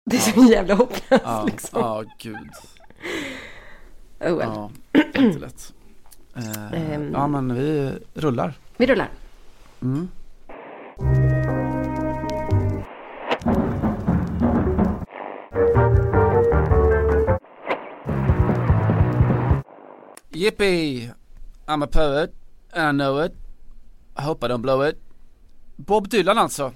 Det är så jävla hopplöst liksom. Ja, gud. Oh well. Ja, det är inte lätt. Ja, men vi rullar. Vi rullar. Mm. Yippee! I'm a poet and I know it. I hope I don't blow it. Bob Dylan alltså.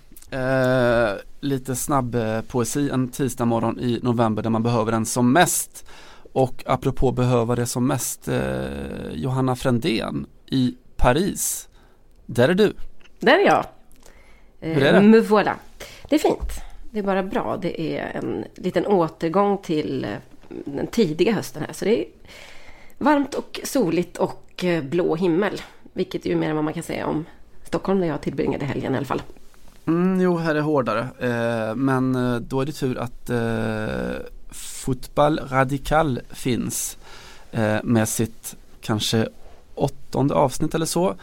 Lite snabb poesi en tisdag morgon i november där man behöver den som mest. Och apropå behöva det som mest, Johanna Frändén i Paris. Där är du. Där är jag. Hur är det? Me voilà. Det är fint. Det är bara bra. Det är en liten återgång till den tidiga hösten här. Så det är varmt och soligt och blå himmel. Vilket är ju mer än vad man kan säga om Stockholm där jag tillbringade helgen i alla fall. Jo, här är hårdare. Men då är det tur att Fotboll Radikal finns med sitt kanske 8:e avsnitt eller så.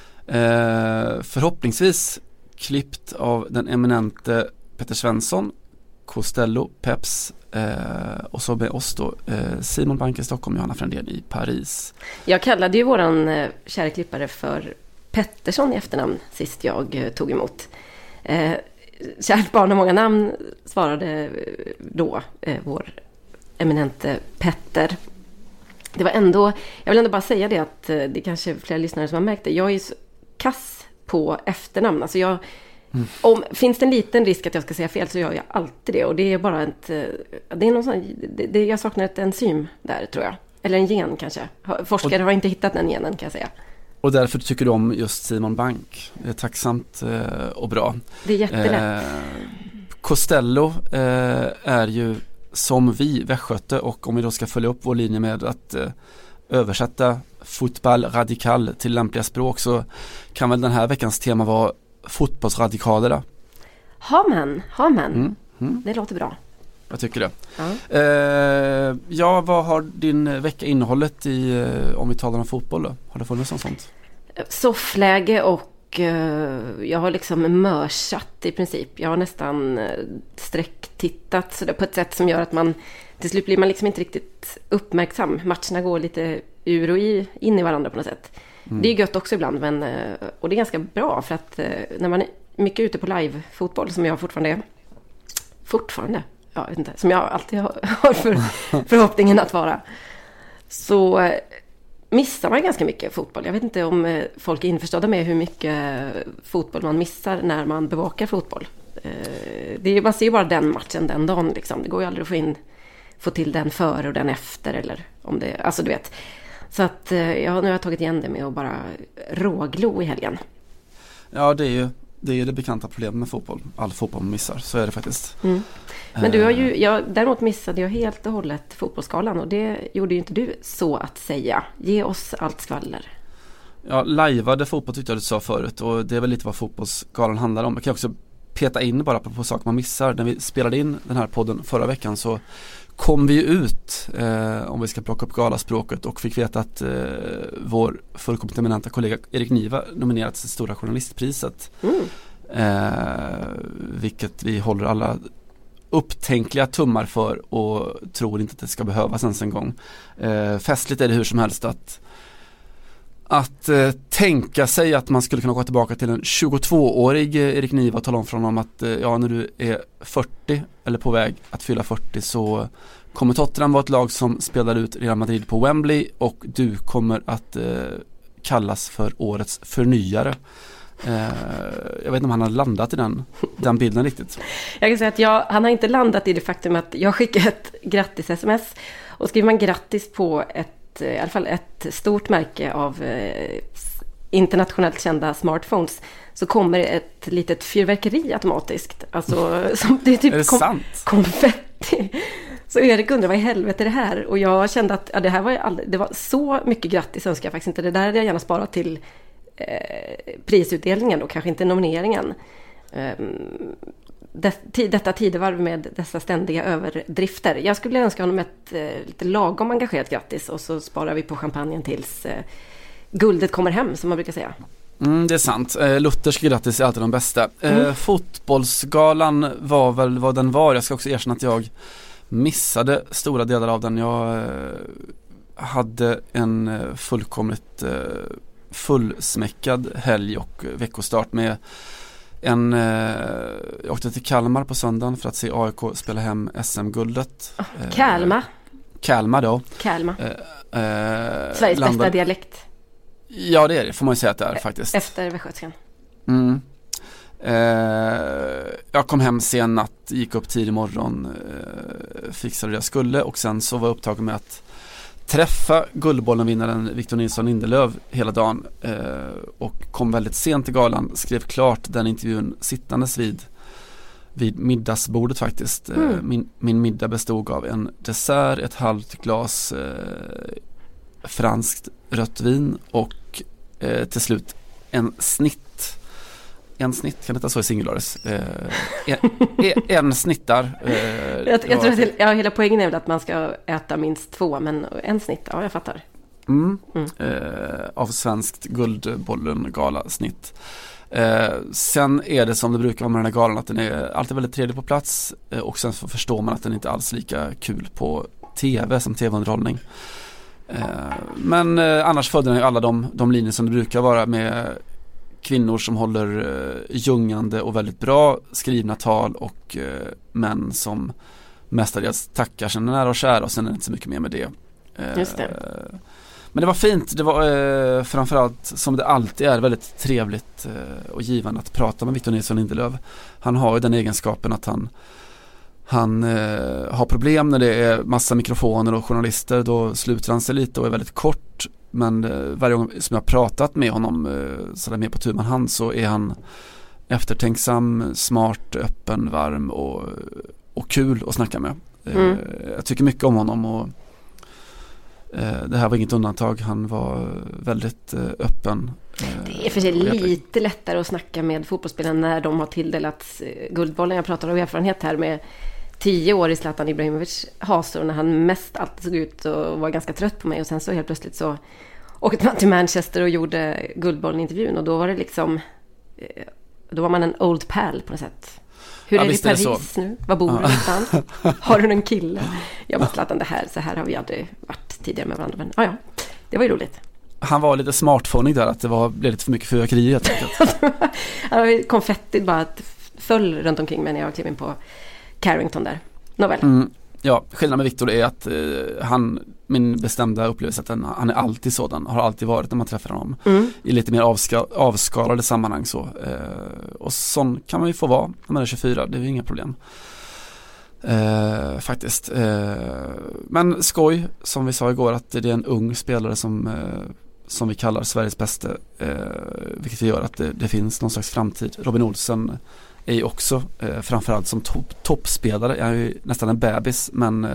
Förhoppningsvis klippt av den eminente Petter Svensson, Costello, Peps och så med oss då Simon Bank i Stockholm, Johanna Frändén i Paris. Jag kallade ju våran kära klippare för Pettersson i efternamn sist jag tog emot. Kärt barn har många namn, svarade då vår eminente Petter. Det var ändå, jag vill ändå bara säga det att det kanske är flera lyssnare som har märkt det. Jag är så kass på efternamn. Alltså finns det en liten risk att jag ska säga fel så gör jag alltid det. Och det är bara det är någon sån, jag saknar ett enzym där tror jag. Eller en gen kanske. Forskare har inte hittat den genen kan jag säga. Och därför tycker du om just Simon Bank. Det är tacksamt och bra. Det är jättelätt. Costello är ju som vi västgöte, och om vi då ska följa upp vår linje med att översätta fotboll radikal till lämpliga språk, så kan väl den här veckans tema vara fotbollsradikaler då? Hamen. Det låter bra. Jag tycker det. Ja, vad har din vecka innehållet i, om vi talar om fotboll då? Har det funnits något sånt? Soffläge och jag har liksom mörsat i princip. Jag har nästan sträcktittat så där på ett sätt som gör att man till slut blir man liksom inte riktigt uppmärksam. Matcherna går lite ur och in i varandra på något sätt. Det är gött också ibland, men och det är ganska bra för att när man är mycket ute på live-fotboll som jag fortfarande jag vet inte, som jag alltid har förhoppningen att vara, så missar man ganska mycket fotboll. Jag vet inte om folk är införstådda med hur mycket fotboll man missar när man bevakar fotboll. Man ser ju bara den matchen den dagen liksom. Det går ju aldrig att få till den före och den efter, eller om det, alltså du vet. Så att nu har jag tagit igen det med att bara råglo i helgen. Ja, det är ju det bekanta problemet med fotboll. All fotboll man missar, så är det faktiskt. Men däremot missade jag helt och hållet fotbollsskalan, och det gjorde ju inte du, så att säga. Ge oss allt skvaller. Ja, lajvade fotboll tyckte jag du sa förut, och det är väl lite vad fotbollsskalan handlar om. Jag kan också peta in bara på saker man missar. När vi spelade in den här podden förra veckan så kom vi ut, om vi ska plocka upp galaspråket, och fick veta att vår fullkomligt eminenta kollega Erik Niva nominerats till Stora journalistpriset. Vilket vi håller alla upptänkliga tummar för och tror inte att det ska behövas ens en gång. Festligt är det hur som helst att tänka sig att man skulle kunna gå tillbaka till en 22-årig Erik Niva och tala om för honom att när du är 40 eller på väg att fylla 40 så kommer Tottenham vara ett lag som spelar ut Real Madrid på Wembley, och du kommer att kallas för årets förnyare. Jag vet inte om han har landat i den bilden riktigt. Jag kan säga att han har inte landat i det faktum att jag skickade ett grattis-sms, och skriver man grattis på i alla fall ett stort märke av internationellt kända smartphones, så kommer ett litet fyrverkeri automatiskt. Alltså, som det är typ är det sant? Konfetti. Så Erik undrar, vad i helvete är det här? Och jag kände att det här det var så mycket grattis önskar jag faktiskt inte. Det där hade jag gärna sparat till prisutdelningen och kanske inte nomineringen. Detta tidevarv med dessa ständiga överdrifter. Jag skulle önska honom ett lite lagom engagerat grattis, och så sparar vi på champagnen tills guldet kommer hem, som man brukar säga. Det är sant. Luthers grattis är alltid de bästa. Fotbollsgalan var väl vad den var. Jag ska också erkänna att jag missade stora delar av den. Jag hade en fullkomligt fullsmäckad helg och veckostart med jag åkte till Kalmar på söndagen för att se AIK spela hem SM-guldet. Kalmar då. Sveriges bästa dialekt. Ja, det är det, får man ju säga att det är faktiskt. Efter västgötskan. Jag kom hem sen natt, gick upp tidig morgon, fixade det jag skulle och sen så var jag upptagen med att träffa Guldbollen-vinnaren Victor Nilsson Lindelöf hela dagen och kom väldigt sent till galan, skrev klart den intervjun sittandes vid middagsbordet faktiskt. Min middag bestod av en dessert, ett halvt glas franskt rött vin och till slut en snitt, kan det inte så i singularis? En snittar. Jag tror att hela poängen är väl att man ska äta minst 2, men en snitt, ja jag fattar. Av svenskt Guldbollen-gala snitt. Sen är det som det brukar vara med den här galan att den är alltid väldigt trevlig på plats och sen så förstår man att den inte alls är lika kul på tv som tv-underhållning. Men annars följde den ju alla de linjer som det brukar vara med kvinnor som håller ljungande och väldigt bra skrivna tal och män som mestadels tackar sina nära och kära och sen är det inte så mycket mer med det. Just det. Men det var fint, det var framförallt som det alltid är väldigt trevligt och givande att prata med Victor Nilsson Lindelöf. Han har ju den egenskapen att han har problem när det är massa mikrofoner och journalister, då sluter han sig lite och är väldigt kort, men varje gång som jag har pratat med honom sådär mer på tu man hand så är han eftertänksam, smart, öppen, varm och kul att snacka med. Jag tycker mycket om honom och det här var inget undantag. Han var väldigt öppen. Det är för sig lite lättare att snacka med fotbollsspelare när de har tilldelats Guldbollen. Jag pratar av erfarenhet här med 10 år i Zlatan Ibrahimovic hasor när han mest alltid såg ut och var ganska trött på mig och sen så helt plötsligt så åkte man till Manchester och gjorde Guldbollen-intervjun och då var det liksom då var man en old pal på något sätt. Hur är det i Paris nu? Var bor du någonstans? Har du en kille? Jag bara Zlatan, så här har vi aldrig varit tidigare med varandra. Men ja, det var ju roligt. Han var lite smartphonig där, att det blev lite för mycket fyrverkeri helt enkelt. Konfetti bara föll runt omkring mig när jag klev in på Carrington där. Nåväl. Ja, skillnaden med Victor är att min bestämda upplevelse att han är alltid sådan, har alltid varit när man träffar honom i lite mer avskalade sammanhang så. Och sån kan man ju få vara när man är 24, det är ju inga problem. Faktiskt. Men skoj, som vi sa igår, att det är en ung spelare som vi kallar Sveriges bästa, vilket gör att det finns någon slags framtid. Robin Olsen är ju också framförallt som toppspelare, är ju nästan en bebis,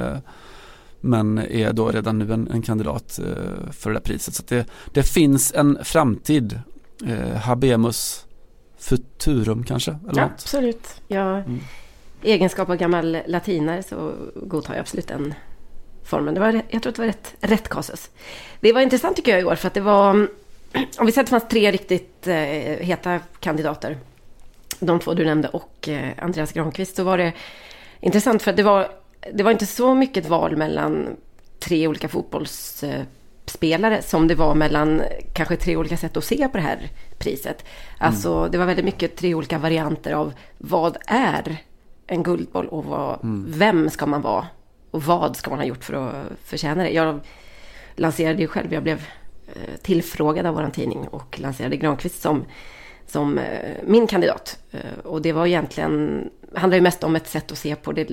men är då redan nu en kandidat för det där priset. Så det finns en framtid. Habemus futurum kanske? Eller något. Absolut. Ja, egenskap av gammal latinare så godtar jag absolut den formen. Jag tror att det var rätt kasus. Det var intressant tycker jag i år för att det var, om vi säger att det fanns 3 riktigt heta kandidater, de 2 du nämnde och Andreas Granqvist, så var det intressant för att det var inte så mycket ett val mellan 3 olika fotbollsspelare som det var mellan kanske 3 olika sätt att se på det här priset. Alltså det var väldigt mycket 3 olika varianter av vad är en guldboll och vem ska man vara och vad ska man ha gjort för att förtjäna det. Jag lanserade ju själv, jag blev tillfrågad av våran tidning och lanserade Granqvist som min kandidat. Och det var egentligen, handlar ju mest om ett sätt att se på det,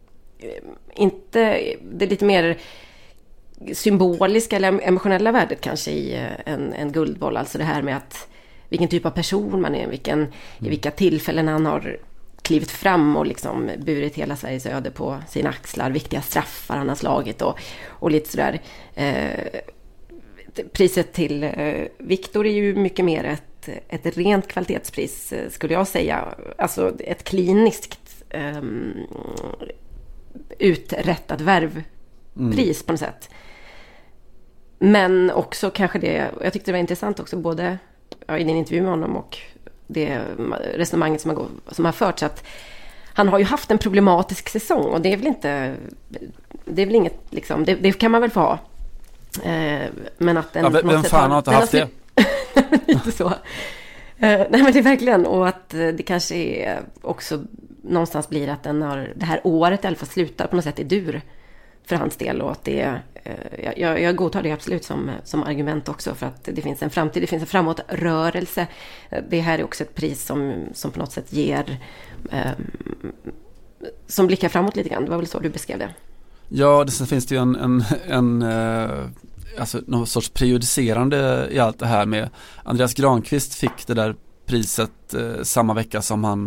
inte det lite mer symboliska eller emotionella värdet kanske i en guldboll. Alltså det här med att vilken typ av person man är, i vilka tillfällen han har klivit fram och liksom burit hela Sveriges öde på sina axlar, viktiga straffar han har slagit och lite sådär. Priset till Victor är ju mycket mer ett rent kvalitetspris skulle jag säga. Alltså ett kliniskt uträttat värvpris på något sätt. Men också kanske det, jag tyckte det var intressant också, både i din intervju med honom och det resonemanget som har förts, att han har ju haft en problematisk säsong och det är väl inget liksom, det kan man väl få ha. Men att den vem fan har inte haft det? Lite så. Nej, men det är verkligen, och att det kanske är också någonstans blir att det här året i alla fall slutar på något sätt i dur för hans del, och att det jag godtar det absolut som argument också, för att det finns en framtid, det finns en framåtrörelse. Det här är också ett pris som på något sätt ger som blickar framåt lite grann. Det var väl så du beskrev det? Ja, sen finns det ju alltså någon sorts prejudicerande i allt det här med Andreas Granqvist fick det där priset samma vecka som han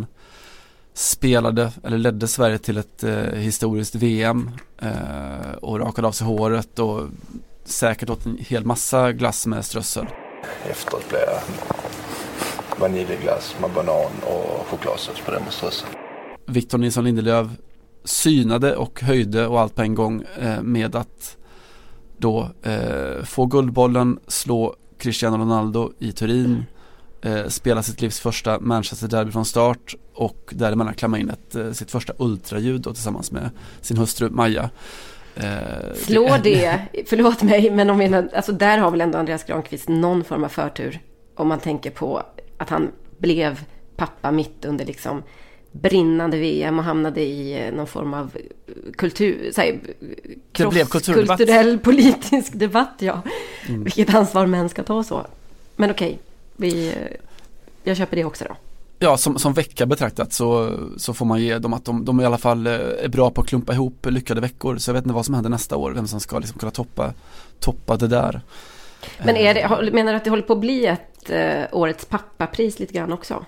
ledde Sverige till ett historiskt VM och rakade av sig håret och säkert åt en hel massa glass med strössel. Efteråt blev jag vaniljglass med banan och chokladsås på den med strössel. Victor Nilsson Lindelöf synade och höjde och allt på en gång med att då få guldbollen, slå Cristiano Ronaldo i Turin, spela sitt livs första Manchester-derby från start och däremellan klämma in sitt första ultraljud då, tillsammans med sin hustru Maja. Förlåt mig, men alltså där har väl ändå Andreas Granqvist någon form av förtur, om man tänker på att han blev pappa mitt under liksom brinnande VM och hamnade i någon form av kulturell politisk debatt, ja. Vilket ansvar män ska ta så. Men okej, jag köper det också då. Ja, som vecka betraktat så får man ge dem att de i alla fall är bra på att klumpa ihop lyckade veckor. Så jag vet inte vad som händer nästa år, vem som ska liksom kunna toppa det där. Men menar du att det håller på att bli ett årets pappapris lite grann också?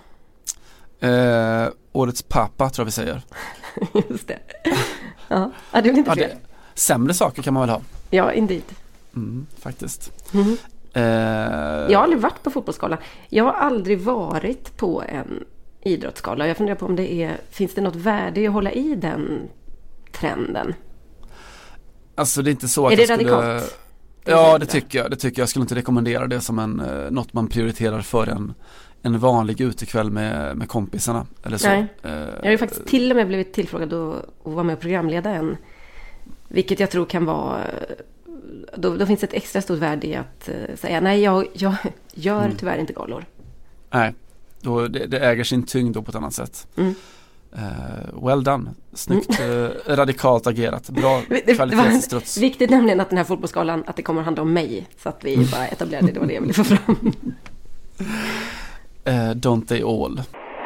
Årets pappa tror jag vi säger. Just det. Ja, det är väl inte fel. Sämre saker kan man väl ha. Ja, indeed. Faktiskt. Jag har aldrig varit på fotbollsskala. Jag har aldrig varit på en idrottsskala. Jag funderar på om finns det något värde i att hålla i den trenden? Alltså det är inte så att är det radikalt? Ja, det tycker jag. Jag skulle inte rekommendera det som något man prioriterar för en vanlig utekväll med kompisarna eller så. Nej. Jag har ju faktiskt till och med blivit tillfrågad att vara med och programleda en, vilket jag tror kan vara då finns ett extra stort värde i att säga nej, jag gör tyvärr inte galor. Nej, då det äger sin tyngd då på ett annat sätt. Well done. Snyggt radikalt agerat. Bra kvalitetsstruts. Viktigt nämligen att den här fotbollsskalan, att det kommer att handla om mig, så att vi bara etablerade det var det jag ville få fram. Don't they all.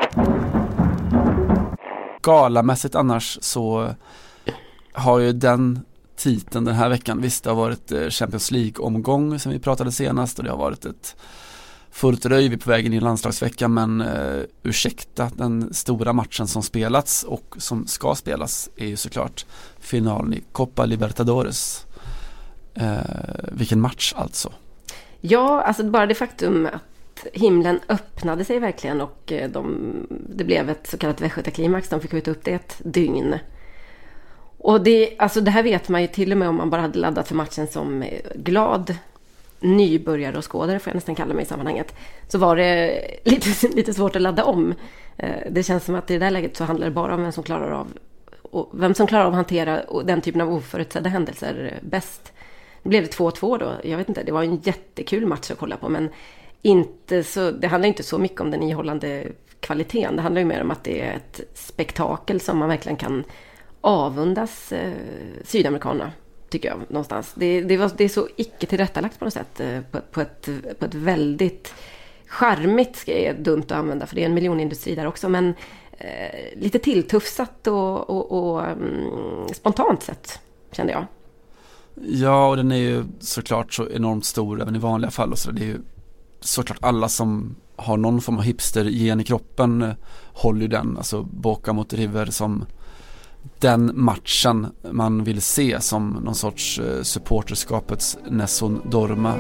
Galamässigt annars så har ju den titeln den här veckan, visst det har varit Champions League-omgång som vi pratade senast, och det har varit ett fullt röj på vägen i landslagsveckan, men ursäkta, den stora matchen som spelats och som ska spelas är ju såklart finalen i Copa Libertadores. Vilken match alltså. Ja, alltså bara det faktum att himlen öppnade sig verkligen och det blev ett så kallat västgötaklimax. De fick ut upp det ett dygn. Och det här vet man ju till och med om man bara hade laddat för matchen som glad nybörjare och skådare, får jag nästan kalla mig i sammanhanget, så var det lite svårt att ladda om. Det känns som att i det där läget så handlar det bara om vem som klarar av att hantera den typen av oförutsedda händelser bäst. Det blev det 2-2 då. Jag vet inte, det var en jättekul match att kolla på, men det handlar inte så mycket om den ihållande kvaliteten. Det handlar ju mer om att det är ett spektakel som man verkligen kan avundas sydamerikanerna, tycker jag någonstans. Det är så icke tillrättalagt på något sätt, på ett väldigt charmigt, är dumt att använda för det är en miljonindustri där också, men lite tilltufsat och spontant sätt, kände jag. Ja, och den är ju såklart så enormt stor även i vanliga fall, och så det är ju såklart alla som har någon form av hipster-gen i kroppen håller ju den, alltså Boca mot River som den matchen man vill se som någon sorts supporterskapets Nessun Dorma.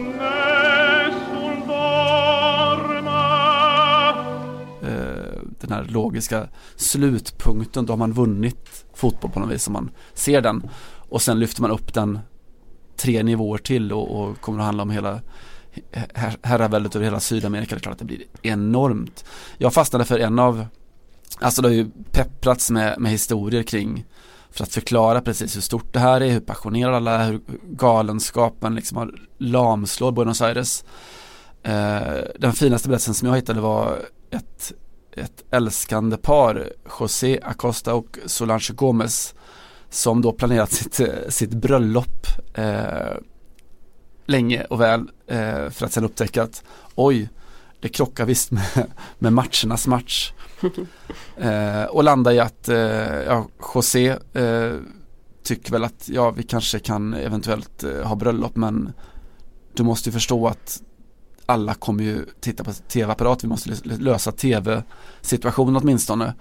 Den här logiska slutpunkten, då har man vunnit fotboll på något vis som man ser den, och sen lyfter man upp den 3 nivåer till och kommer att handla om herraväldet över hela Sydamerika. Det är klart att det blir enormt. Jag fastnade för alltså det har ju pepprats med historier kring, för att förklara precis hur stort det här är, hur passionerade alla är, hur galenskapen liksom har lamslår Buenos Aires. Den finaste berättelsen som jag hittade var ett älskande par, José Acosta och Solange Gomez, som då planerat sitt bröllop länge och väl, för att sen upptäcka att det krockar visst med matchernas match. Och landa i att José tycker väl att vi kanske kan eventuellt ha bröllop, men du måste ju förstå att alla kommer ju titta på tv-apparat, vi måste lösa tv-situationen åtminstone.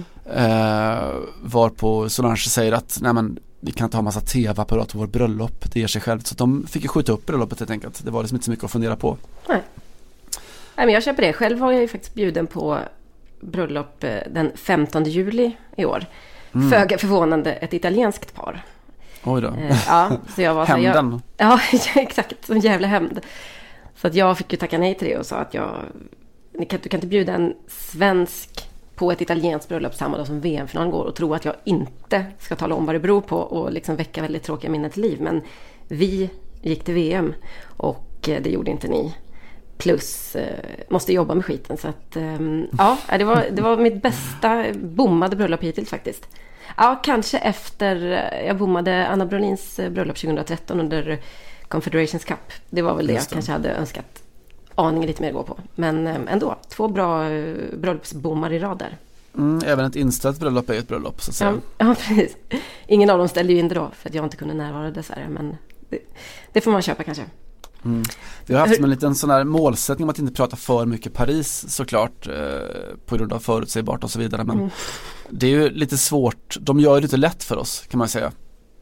Varpå Solange säger att nej, men vi kan inte ha massa tv-apparat på vår bröllop, det ger sig självt. Så de fick ju skjuta upp bröllopet helt enkelt. Det var liksom inte så mycket att fundera på. Nej, men jag köper det. Själv var jag ju faktiskt bjuden på bröllop den 15 juli i år. Föga förvånande ett italienskt par. Oj då. Ja, så jag var hämnden. Ja, exakt. En jävla hämnd. Så att jag fick ju tacka nej till det och sa att du kan inte bjuda en svensk på ett italienskt bröllop samma dag som VM-finalen går och tro att jag inte ska tala om vad det beror på och liksom väcka väldigt tråkiga minnen till liv. Men vi gick till VM och det gjorde inte ni. Plus måste jobba med skiten. Så att det var mitt bästa bommade bröllop hittills faktiskt. Ja, kanske efter jag bommade Anna Brolins bröllop 2013 under Confederations Cup. Det var väl det jag kanske hade önskat aningen lite mer gå på. Men ändå, 2 bra bröllopsbommar i rad där. Även ett inställt bröllop är ett bröllop, så att säga. Ja, precis. Ingen av dem ställde ju in det då för att jag inte kunde närvara dessvärre. Men det får man köpa kanske. Vi har haft en liten sån här målsättning om att inte prata för mycket Paris såklart, på grund av förutsägbart och så vidare, men det är ju lite svårt. De gör det lite lätt för oss, kan man säga.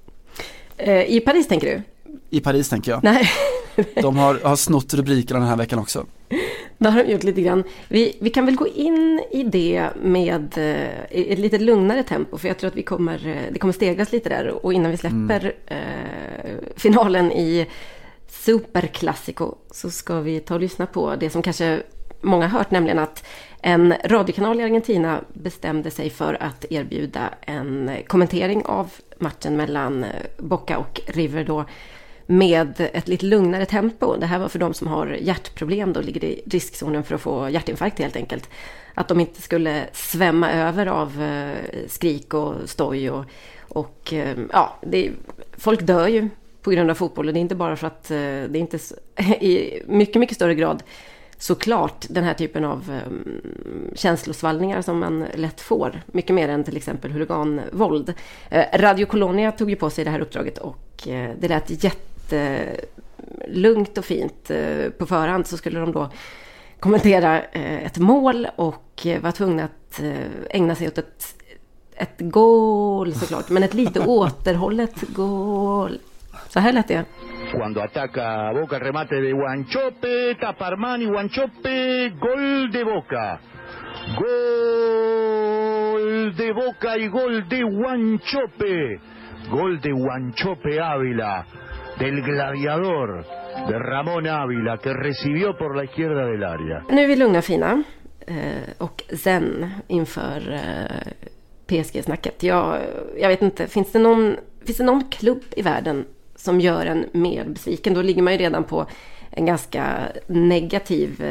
I Paris tänker du? I Paris tänker jag. Nej. De har snott rubrikerna den här veckan också. Det har de gjort lite grann. Vi kan väl gå in i det med ett lite lugnare tempo, för jag tror att det kommer stegras lite där, och innan vi släpper finalen i Superclásico så ska vi ta och lyssna på det som kanske många har hört, nämligen att en radiokanal i Argentina bestämde sig för att erbjuda en kommentering av matchen mellan Boca och River då, med ett lite lugnare tempo. Det här var för de som har hjärtproblem, då ligger det i riskzonen för att få hjärtinfarkt helt enkelt. Att de inte skulle svämma över av skrik och stoj och folk dör ju på grund av fotboll, och det är inte bara för att det är inte i mycket, mycket större grad såklart den här typen av känslosvallningar som man lätt får, mycket mer än till exempel huliganvåld. Radio Colonia tog ju på sig det här uppdraget, och det lät jättelugnt och fint. På förhand så skulle de då kommentera ett mål och var tvungna att ägna sig åt ett goal såklart, men ett lite återhållet goal. Så här lät det. Cuando ataca Boca, el remate de Wanchope, Taparmani, Wanchope, gol de Boca. Gol de Boca y gol de Wanchope. Gol de Wanchope Ávila, del gladiador de Ramón Ávila, que recibió por la izquierda del área. Nu är vi lugna fina och zen inför PSG-snacket. Jag vet inte, finns det någon klubb i världen som gör en mer besviken? Då ligger man ju redan på en ganska negativ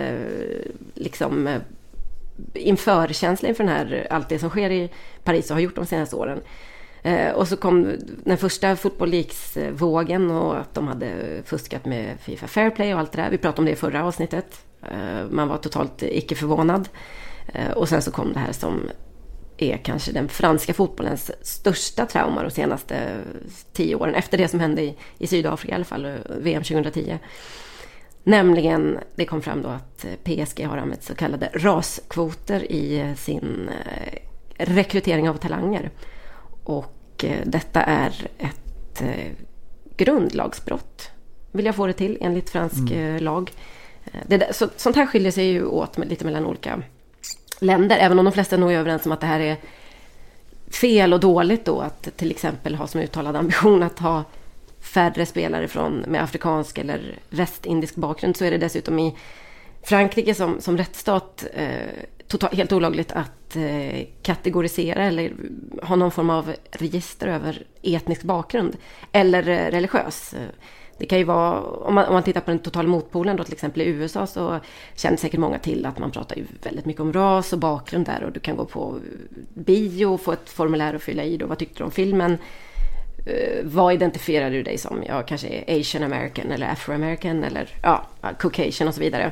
införkänsla inför allt det som sker i Paris och har gjort de senaste åren. Och så kom den första Football Leagues-vågen, och att de hade fuskat med FIFA Fair Play och allt det där. Vi pratade om det i förra avsnittet. Man var totalt icke förvånad. Och sen så kom det här som är kanske den franska fotbollens största trauma de senaste 10 åren. Efter det som hände i Sydafrika i alla fall, VM 2010. Nämligen, det kom fram då att PSG har använt så kallade raskvoter i sin rekrytering av talanger. Och detta är ett grundlagsbrott, vill jag få det till, enligt fransk lag. Sånt här skiljer sig ju åt lite mellan olika länder, även om de flesta nog är överens om att det här är fel och dåligt då, att till exempel ha som uttalad ambition att ha färre spelare med afrikansk eller västindisk bakgrund, så är det dessutom i Frankrike som rättsstat helt olagligt att kategorisera eller ha någon form av register över etnisk bakgrund eller religiös. Det kan ju vara, om man tittar på den totala motpolen då, till exempel i USA, så känner säkert många till att man pratar ju väldigt mycket om ras och bakgrund där, och du kan gå på bio och få ett formulär att fylla i då. Vad tyckte du om filmen? Vad identifierar du dig som? Ja, kanske Asian American eller Afro American eller Caucasian och så vidare.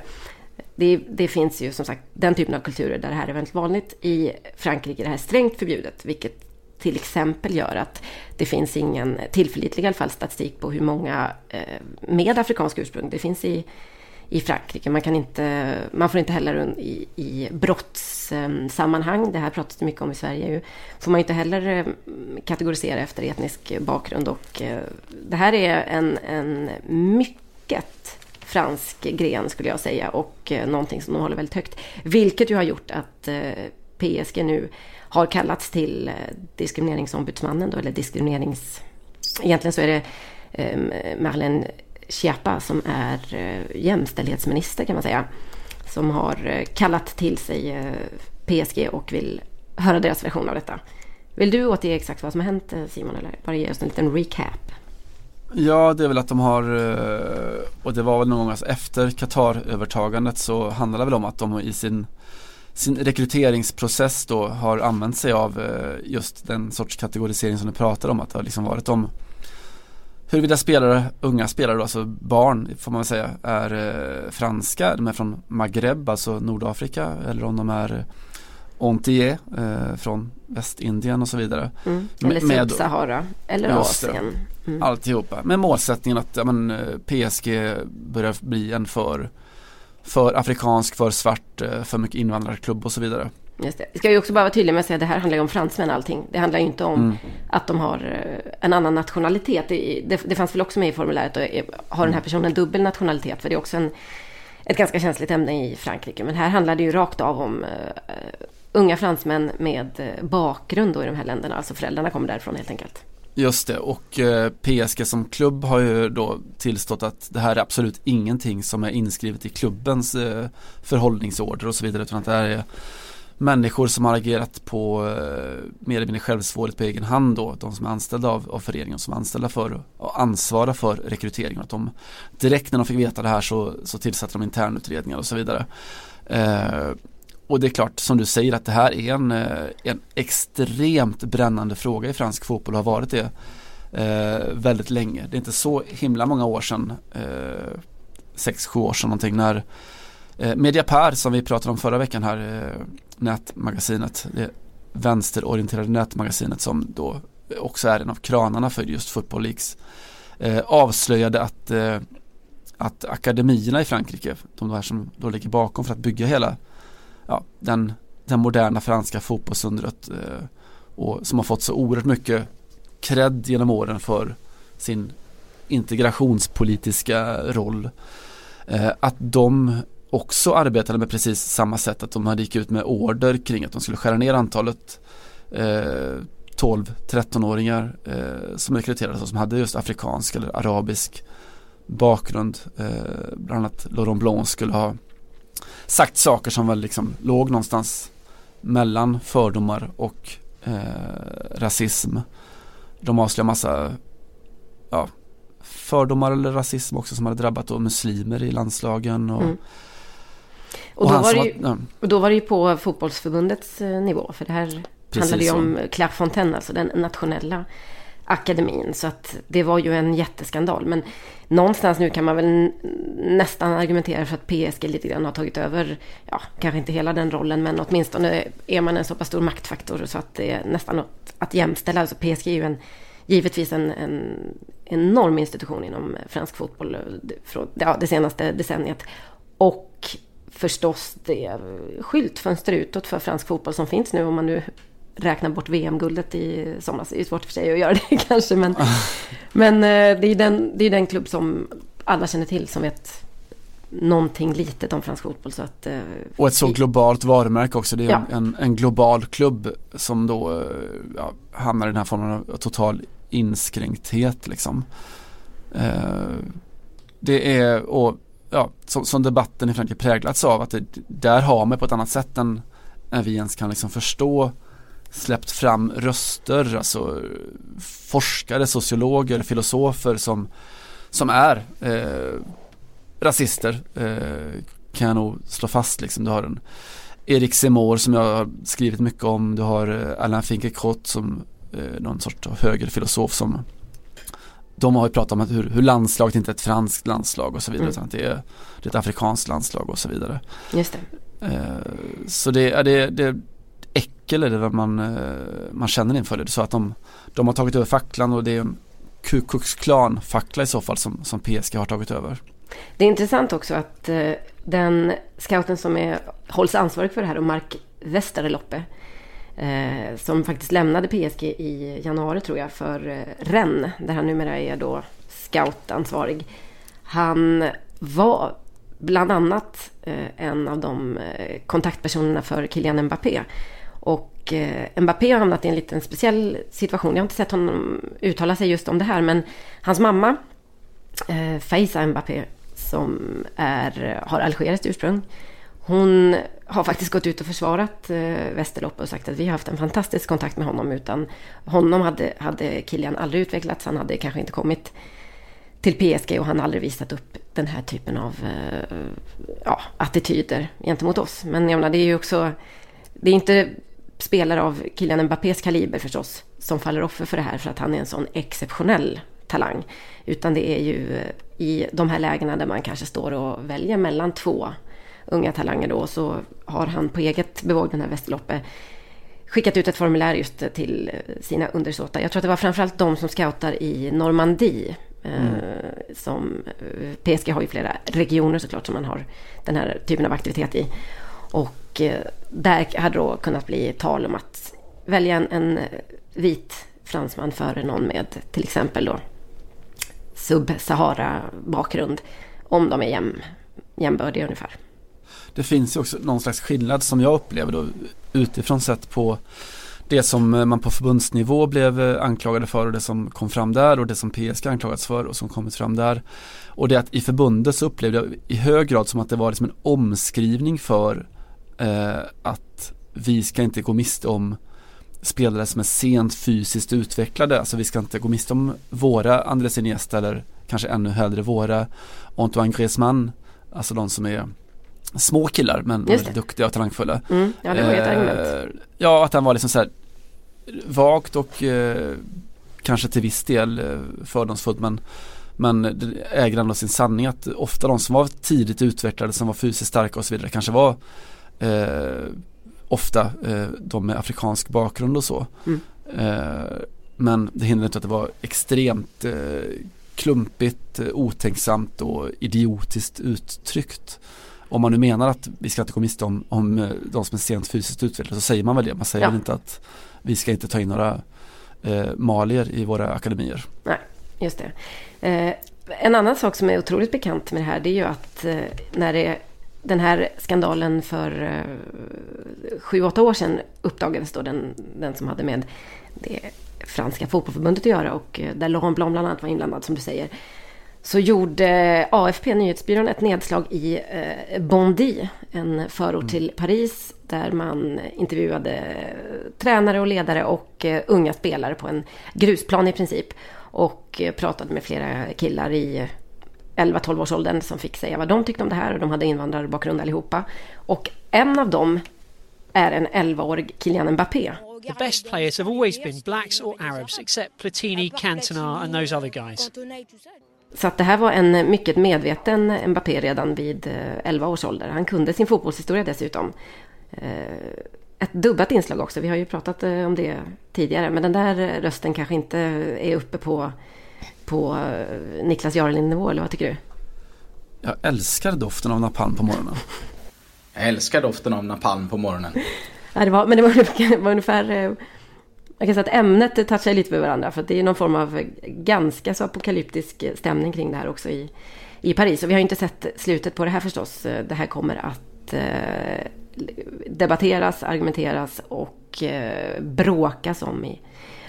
Det finns ju som sagt den typen av kulturer där det här är väldigt vanligt. I Frankrike är det här strängt förbjudet, vilket till exempel gör att det finns ingen tillförlitlig i alla fall statistik på hur många med afrikansk ursprung det finns i Frankrike. Man får inte heller i brottssammanhang, det här pratas det mycket om i Sverige ju, får man inte heller kategorisera efter etnisk bakgrund, och det här är en mycket fransk gren skulle jag säga, och någonting som de håller väldigt högt, vilket ju har gjort att PSG nu har kallats till diskrimineringsombudsmannen då, eller egentligen så är det Marlène Schiappa som är jämställdhetsminister kan man säga, som har kallat till sig PSG och vill höra deras version av detta. Vill du återge exakt vad som har hänt, Simon, eller bara ge oss en liten recap? Ja, det är väl att de har, och det var väl någon gång efter Qatar-övertagandet, så handlar det väl om att de i sin rekryteringsprocess då har använt sig av just den sorts kategorisering som du pratar om, att det har liksom varit om huruvida unga spelare då, alltså barn får man väl säga, är franska, de är från Maghreb, alltså Nordafrika, eller om de är Antillais från Västindien och så vidare. Eller Sub-Sahara eller Asien. Alltihopa. Med målsättningen att PSG börjar bli en för afrikansk, för svart, för mycket invandrarklubb och så vidare. Just det. Vi ska ju också bara vara tydliga med att säga att det här handlar ju om fransmän allting. Det handlar ju inte om att de har en annan nationalitet. Det fanns väl också med i formuläret att har den här personen dubbel nationalitet, för det är också ett ganska känsligt ämne i Frankrike. Men här handlar det ju rakt av om unga fransmän med bakgrund då i de här länderna. Alltså föräldrarna kommer därifrån helt enkelt. Just det, och PSG som klubb har ju då tillstått att det här är absolut ingenting som är inskrivet i klubbens förhållningsorder och så vidare, utan att det här är människor som har agerat på mer eller mindre självsvårigt på egen hand då, de som är anställda av föreningen, som är anställda för och ansvara för rekryteringen, att de direkt när de fick veta det här så tillsatte de internutredningar och så vidare. Och det är klart, som du säger, att det här är en extremt brännande fråga i fransk fotboll och har varit det väldigt länge. Det är inte så himla många år sedan, 6-7 år sedan någonting, när Mediapart, som vi pratade om förra veckan här, nätmagasinet, det vänsterorienterade nätmagasinet som då också är en av kranarna för just Football Leagues, avslöjade att akademierna i Frankrike, de här som då ligger bakom för att bygga hela den moderna franska fotbollsundret, och som har fått så oerhört mycket cred genom åren för sin integrationspolitiska roll, att de också arbetade med precis samma sätt, att de hade gick ut med order kring att de skulle skära ner antalet 12-13-åringar som rekryterades och som hade just afrikansk eller arabisk bakgrund. Bland annat Laurent Blanc skulle ha sagt saker som väl liksom låg någonstans mellan fördomar och rasism. De avslöjar massa fördomar eller rasism också som hade drabbat då muslimer i landslagen och då var det ju på fotbollsförbundets nivå, för det här handlade ju om Clairefontaine, alltså den nationella akademin, så att det var ju en jätteskandal. Men någonstans nu kan man väl nästan argumentera för att PSG lite grann har tagit över, kanske inte hela den rollen, men åtminstone är man en så pass stor maktfaktor så att det är nästan något att jämställa. Alltså PSG är ju givetvis en enorm institution inom fransk fotboll från det senaste decenniet, och förstås det skyltfönster utåt för fransk fotboll som finns nu, om man nu räknar bort VM-guldet i somras. Det är svårt för sig att göra det kanske, men det är den klubb som alla känner till, som vet någonting litet om fransk fotboll. Så att, och ett så globalt varumärke också. Det är en global klubb som då hamnar i den här formen av total inskränkthet liksom. Det är, och ja, som debatten i Frankrike präglats av, att där har man på ett annat sätt än vi ens kan liksom förstå släppt fram röster, alltså forskare, sociologer, filosofer som är rasister, kan jag nog slå fast liksom. Du har en Erik Zemmour som jag har skrivit mycket om, du har Alain Finkielkraut som någon sorts högerfilosof som de har ju pratat om att hur landslaget inte är ett franskt landslag och så vidare, utan det är ett afrikanskt landslag och så vidare. Just det. Så det är äckel är det man känner inför det. Så att de har tagit över facklan, och det är en Ku Klux Klan fackla i så fall som PSG har tagit över. Det är intressant också att den scouten som hålls ansvarig för det här, och Mark Westerloppe, som faktiskt lämnade PSG i januari tror jag för Rennes, där han numera är då scoutansvarig. Han var bland annat en av de kontaktpersonerna för Kylian Mbappé. Och Mbappé har hamnat i en liten speciell situation. Jag har inte sett honom uttala sig just om det här, men hans mamma Faiza Mbappé, som har algeriskt ursprung, hon har faktiskt gått ut och försvarat Westerloppe och sagt att vi har haft en fantastisk kontakt med honom. Utan honom hade Kylian aldrig utvecklats. Han hade kanske inte kommit till PSG, och han aldrig visat upp den här typen av attityder gentemot oss. Men jag menar, det är ju också, det är inte spelare av Kylian Mbappés kaliber förstås som faller offer för det här, för att han är en sån exceptionell talang. Utan det är ju i de här lägena där man kanske står och väljer mellan två unga talanger då, så har han på eget bevåg, den här Westerloppe, skickat ut ett formulär just till sina undersåtar. Jag tror att det var framförallt de som scoutar i Normandie. Som PSG har ju flera regioner såklart som man har den här typen av aktivitet i. Och där hade då kunnat bli tal om att välja en vit fransman före någon med till exempel då sub-Sahara-bakgrund, om de är jämbördiga ungefär. Det finns ju också någon slags skillnad som jag upplever då, utifrån sett på det som man på förbundsnivå blev anklagade för, och det som kom fram där, och det som PSG anklagats för och som kommit fram där. Och det att i förbundet så upplevde jag i hög grad som att det var liksom en omskrivning för att vi ska inte gå miste om spelare som är sent fysiskt utvecklade. Alltså vi ska inte gå miste om våra Andrés Iniesta, eller kanske ännu hellre våra Antoine Griezmann, alltså de som är små killar men väldigt duktiga och talangfulla. Ja, det var ett argument. Ja, att han var liksom så här vagt och kanske till viss del fördomsfullt, men det äger ändå sin sanning att ofta de som var tidigt utvecklade, som var fysiskt starka och så vidare, kanske var ofta de med afrikansk bakgrund och så. Men det hindrar inte att det var extremt klumpigt, otänksamt och idiotiskt uttryckt. Om man nu menar att vi ska inte gå miste om de som är sent fysiskt utvecklade, så säger man väl det. Man säger väl inte att vi ska inte ta in några malier i våra akademier. Nej, just det. En annan sak som är otroligt bekant med det här, det är ju att när den här skandalen för 7-8 år sedan uppdagades då, den som hade med det franska fotbollförbundet att göra, och där Laurent Blanc bland annat var inblandad, som du säger, så gjorde AFP, nyhetsbyrån, ett nedslag i Bondy, en förort till Paris, där man intervjuade tränare och ledare och unga spelare på en grusplan i princip, och pratade med flera killar i 11-12 års åldern som fick säga vad de tyckte om det här, och de hade invandrarbakgrund allihopa. Och en av dem är en 11-årig Kylian Mbappé. The best players have always been blacks or Arabs, except Platini, Cantona and those other guys. Så att det här var en mycket medveten Mbappé redan vid 11 års ålder. Han kunde sin fotbollshistoria dessutom. Ett dubbat inslag också. Vi har ju pratat om det tidigare. Men den där rösten kanske inte är uppe på Niklas Jarlin-nivå, eller vad tycker du? Jag älskar doften av napalm på morgonen. Jag älskar doften av napalm på morgonen. Ja, det var ungefär... Jag kan säga att ämnet touchar lite med varandra, för att det är någon form av ganska så apokalyptisk stämning kring det här också i Paris. Och vi har ju inte sett slutet på det här förstås. Det här kommer att debatteras, argumenteras och bråkas om i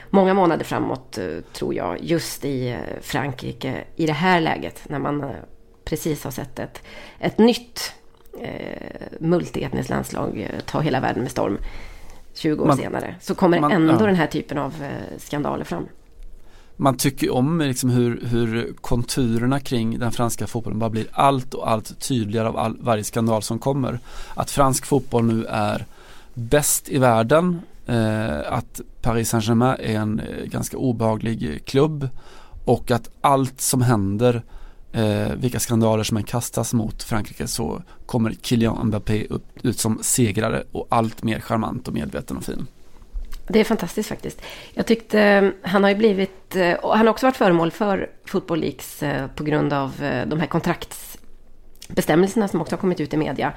många månader framåt, tror jag, just i Frankrike i det här läget när man precis har sett ett nytt multietniskt landslag ta hela världen med storm 20 år senare, så kommer ändå den här typen av skandaler fram. Man tycker om liksom hur konturerna kring den franska fotbollen bara blir allt tydligare av varje skandal som kommer. Att fransk fotboll nu är bäst i världen, att Paris Saint-Germain är en ganska obehaglig klubb, och att allt som händer, vilka skandaler som än kastas mot Frankrike, så kommer Kylian Mbappé ut som segrare och allt mer charmant och medveten och fin. Det är fantastiskt faktiskt. Jag tyckte han har ju blivit, och han har också varit föremål för Football Leaks på grund av de här kontraktsbestämmelserna som också har kommit ut i media.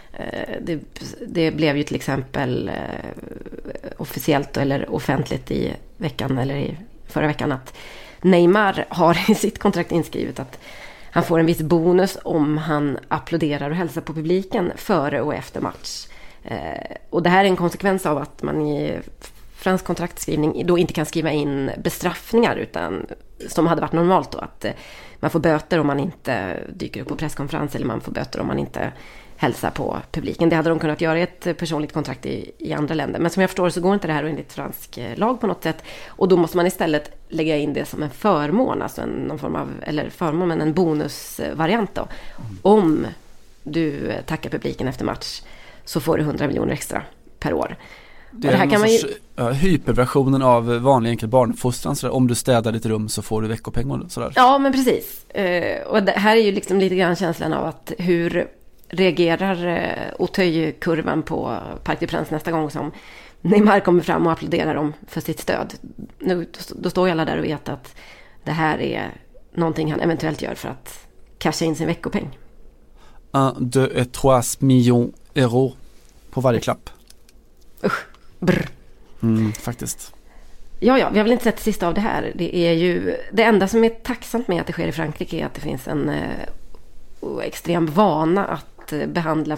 Det blev ju till exempel officiellt eller offentligt i veckan eller i förra veckan att Neymar har i sitt kontrakt inskrivet att han får en viss bonus om han applåderar och hälsar på publiken före och efter match. Och det här är en konsekvens av att man i fransk kontraktskrivning då inte kan skriva in bestraffningar, utan som hade varit normalt då, att man får böter om man inte dyker upp på presskonferens, eller man får böter om man inte hälsar på publiken. Det hade de kunnat göra i ett personligt kontrakt i andra länder. Men som jag förstår så går inte det här enligt fransk lag på något sätt. Och då måste man istället lägga in det som en förmån, alltså någon form av, eller förmån, men en bonusvariant då. Om du tackar publiken efter match så får du 100 miljoner extra per år. Det är kan man hyperversionen av vanlig enkel barnfostran. Så om du städar ditt rum så får du veckopeng och sådär. Ja, men precis. Och det här är ju liksom lite grann känslan av att hur reagerar Auteuil-kurvan på Parc des Princes nästa gång som Neymar kommer fram och applåderar dem för sitt stöd. Nu, då står ju alla där och vet att det här är någonting han eventuellt gör för att casha in sin veckopeng. 1, 2 et 3 millions euro på varje klapp. Usch, brr. Faktiskt. Ja, vi har väl inte sett det sista av det här. Det är ju det enda som är tacksamt med att det sker i Frankrike är att det finns en extrem vana att behandla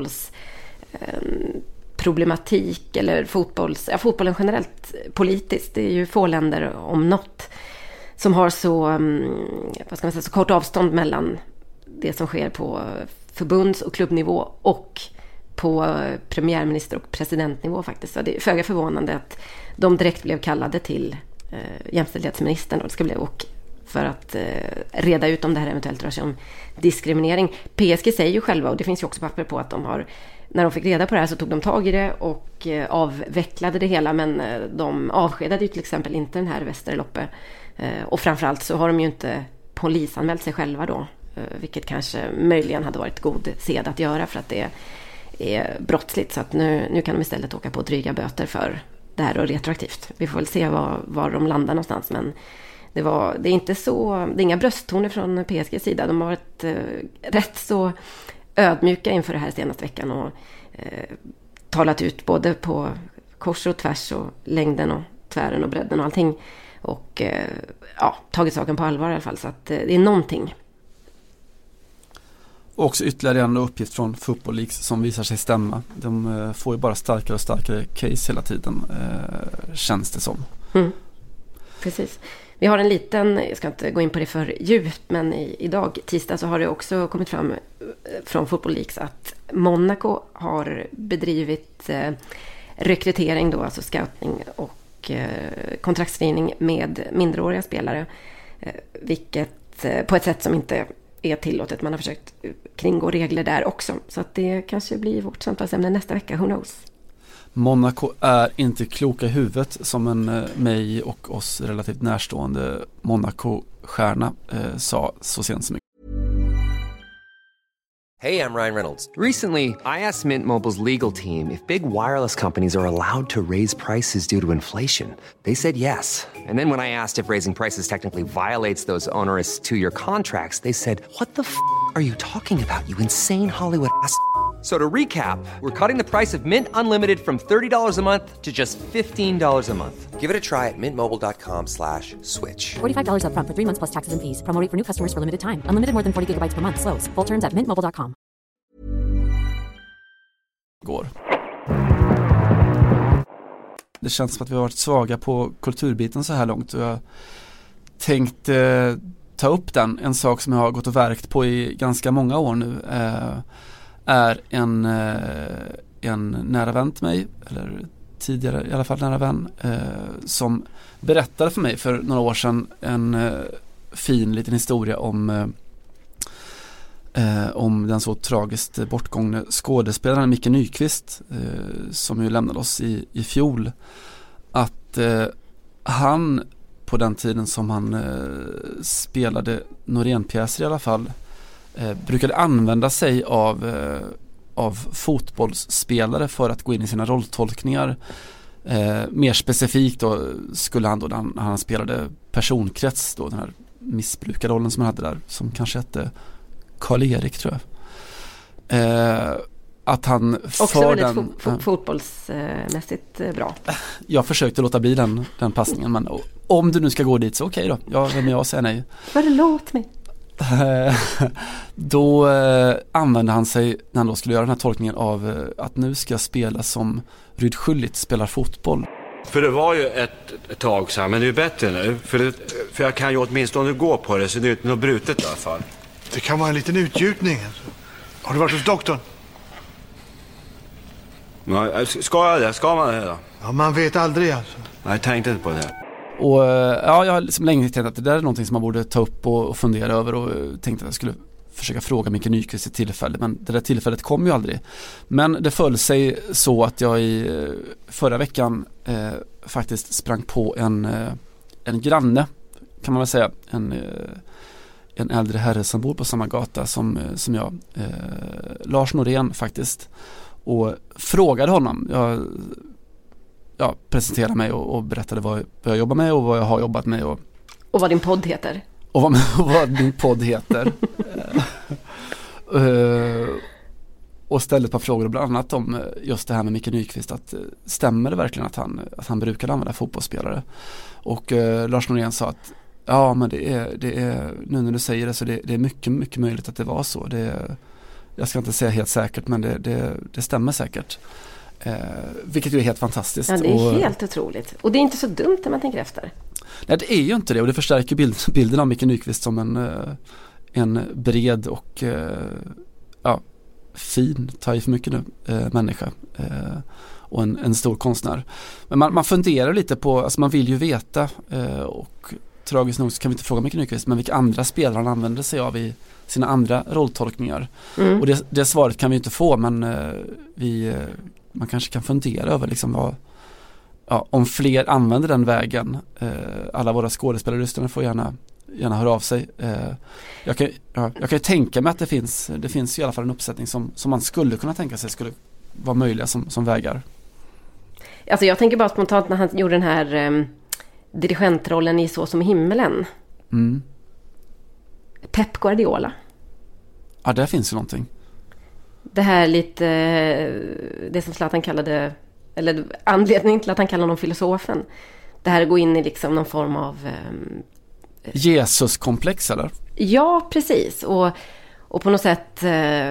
fotbollsproblematik eller fotbollen generellt politiskt. Det är ju få länder om något som har så kort avstånd mellan det som sker på förbunds- och klubbnivå och på premiärminister- och presidentnivå faktiskt. Så det är föga förvånande att de direkt blev kallade till jämställdhetsministern och det ska bli för att reda ut om det här eventuellt rör sig om diskriminering. PSG säger ju själva, och det finns ju också papper på att de har, när de fick reda på det här så tog de tag i det och avvecklade det hela, men de avskedade ju till exempel inte den här Westerloppe. Och framförallt så har de ju inte polisanmält sig själva då, vilket kanske möjligen hade varit god sed att göra för att det är brottsligt, så att nu kan de istället åka på dryga böter för det här och retroaktivt. Vi får väl se var de landar någonstans, men det är inte så, det är inga brösttoner från PSGs sida. De har varit rätt så ödmjuka inför det här senaste veckan och talat ut både på kors och tvärs och längden och tvären och bredden och allting, och tagit saken på allvar i alla fall, så att det är någonting. Och också ytterligare en uppgift från Football Leaks som visar sig stämma. De får ju bara starkare och starkare case hela tiden, känns det som. Precis. Vi har en liten, jag ska inte gå in på det för djupt, men idag, tisdag, så har det också kommit fram från Football Leaks att Monaco har bedrivit rekrytering då, alltså scouting och kontraktskrivning med minderåriga spelare, vilket på ett sätt som inte är tillåtet. Man har försökt kringgå regler där också, så att det kanske blir vårt samtalsämne nästa vecka, who knows. Monaco är inte kloka i huvudet, som en mig och oss relativt närstående Monaco-stjärna sa så sent som. Hey, I'm Ryan Reynolds. Recently, I asked Mint Mobile's legal team if big wireless companies are allowed to raise prices due to inflation. They said yes. And then when I asked if raising prices technically violates those onerous 2-year contracts, they said, "What the f*** are you talking about, you insane Hollywood ass?" So to recap, we're cutting the price of Mint Unlimited from $30 a month to just $15 a month. Give it a try at mintmobile.com/switch. $45 up front for 3 months plus taxes and fees. Promo rate for new customers for limited time. Unlimited more than 40 gigabytes per month. Slows full terms at mintmobile.com. Går. det känns som att vi har varit svaga på kulturbiten så här långt, och jag tänkte ta upp den. En sak som jag har gått och verkt på i ganska många år nu är en nära vän till mig, eller tidigare i alla fall nära vän, som berättade för mig för några år sedan en fin liten historia om den så tragiskt bortgångne skådespelaren Micke Nyqvist, som ju lämnade oss i fjol. Att han på den tiden som han spelade Norén-pjäser i alla fall brukade använda sig av fotbollsspelare för att gå in i sina rolltolkningar. Mer specifikt då skulle han då, när han spelade personkrets då, den här missbrukarrollen som han hade där, som kanske hette Karl-Erik, tror jag. Att han också väldigt fotbollsmässigt bra. Jag försökte låta bli den passningen, men om du nu ska gå dit så okej då. Vem jag säger nej. Förlåt mig. Då använde han sig, när han då skulle göra den här tolkningen, av att nu ska jag spela som Ryd Schullit spelar fotboll. För det var ju ett tag sedan, men det är ju bättre nu. För jag kan ju åtminstone gå på det, så det är inte något brutet i alla fall. Det kan vara en liten utgjutning. Alltså. Har du varit hos doktorn? Nej, ska man det då? Ja, man vet aldrig alltså. Nej, jag tänkte inte på det. Och ja, jag har liksom länge tänkt att det där är någonting som man borde ta upp och fundera över, och tänkte att jag skulle försöka fråga Micke Nyqvist ett tillfälle, men det där tillfället kom ju aldrig. Men det föll sig så att jag i förra veckan faktiskt sprang på en granne, kan man väl säga, en äldre herre som bor på samma gata som jag, Lars Norén faktiskt, och frågade honom. Jag presenterade mig och berättade vad jag jobbar med och vad jag har jobbat med. Och vad din podd heter. Och vad min podd heter. Och ställde ett par frågor bland annat om just det här med Micke Nyqvist. Att stämmer det verkligen att han brukar använda fotbollsspelare? Och Lars Norén sa att ja, men det är nu när du säger det, så det är mycket, mycket möjligt att det var så. Jag ska inte säga helt säkert, men det stämmer säkert. Vilket ju är helt fantastiskt. Ja, det är helt otroligt. Och det är inte så dumt när man tänker efter. Nej, det är ju inte det. Och det förstärker bilden av Micke Nyqvist som en bred och fin, tar i för mycket nu, människa. Och en stor konstnär. Men man funderar lite på, alltså man vill ju veta, och tragiskt nog så kan vi inte fråga Micke Nyqvist, men vilka andra spelare han använder sig av i sina andra rolltolkningar. Och det svaret kan vi inte få, men man kanske kan fundera över liksom om fler använder den vägen. Alla våra skådespelarlyssnare får gärna höra av sig. Jag kan ju tänka mig att det finns i alla fall en uppsättning som man skulle kunna tänka sig skulle vara möjliga som vägar. Alltså jag tänker bara spontant när han gjorde den här dirigentrollen i Så som i himmelen. Pep Guardiola. Ja, där finns ju någonting. Det här lite, det som Zlatan kallade, eller anledningen till att han kallar honom filosofen. Det här går in i liksom någon form av Jesus-komplex, eller? Ja, precis. Och på något sätt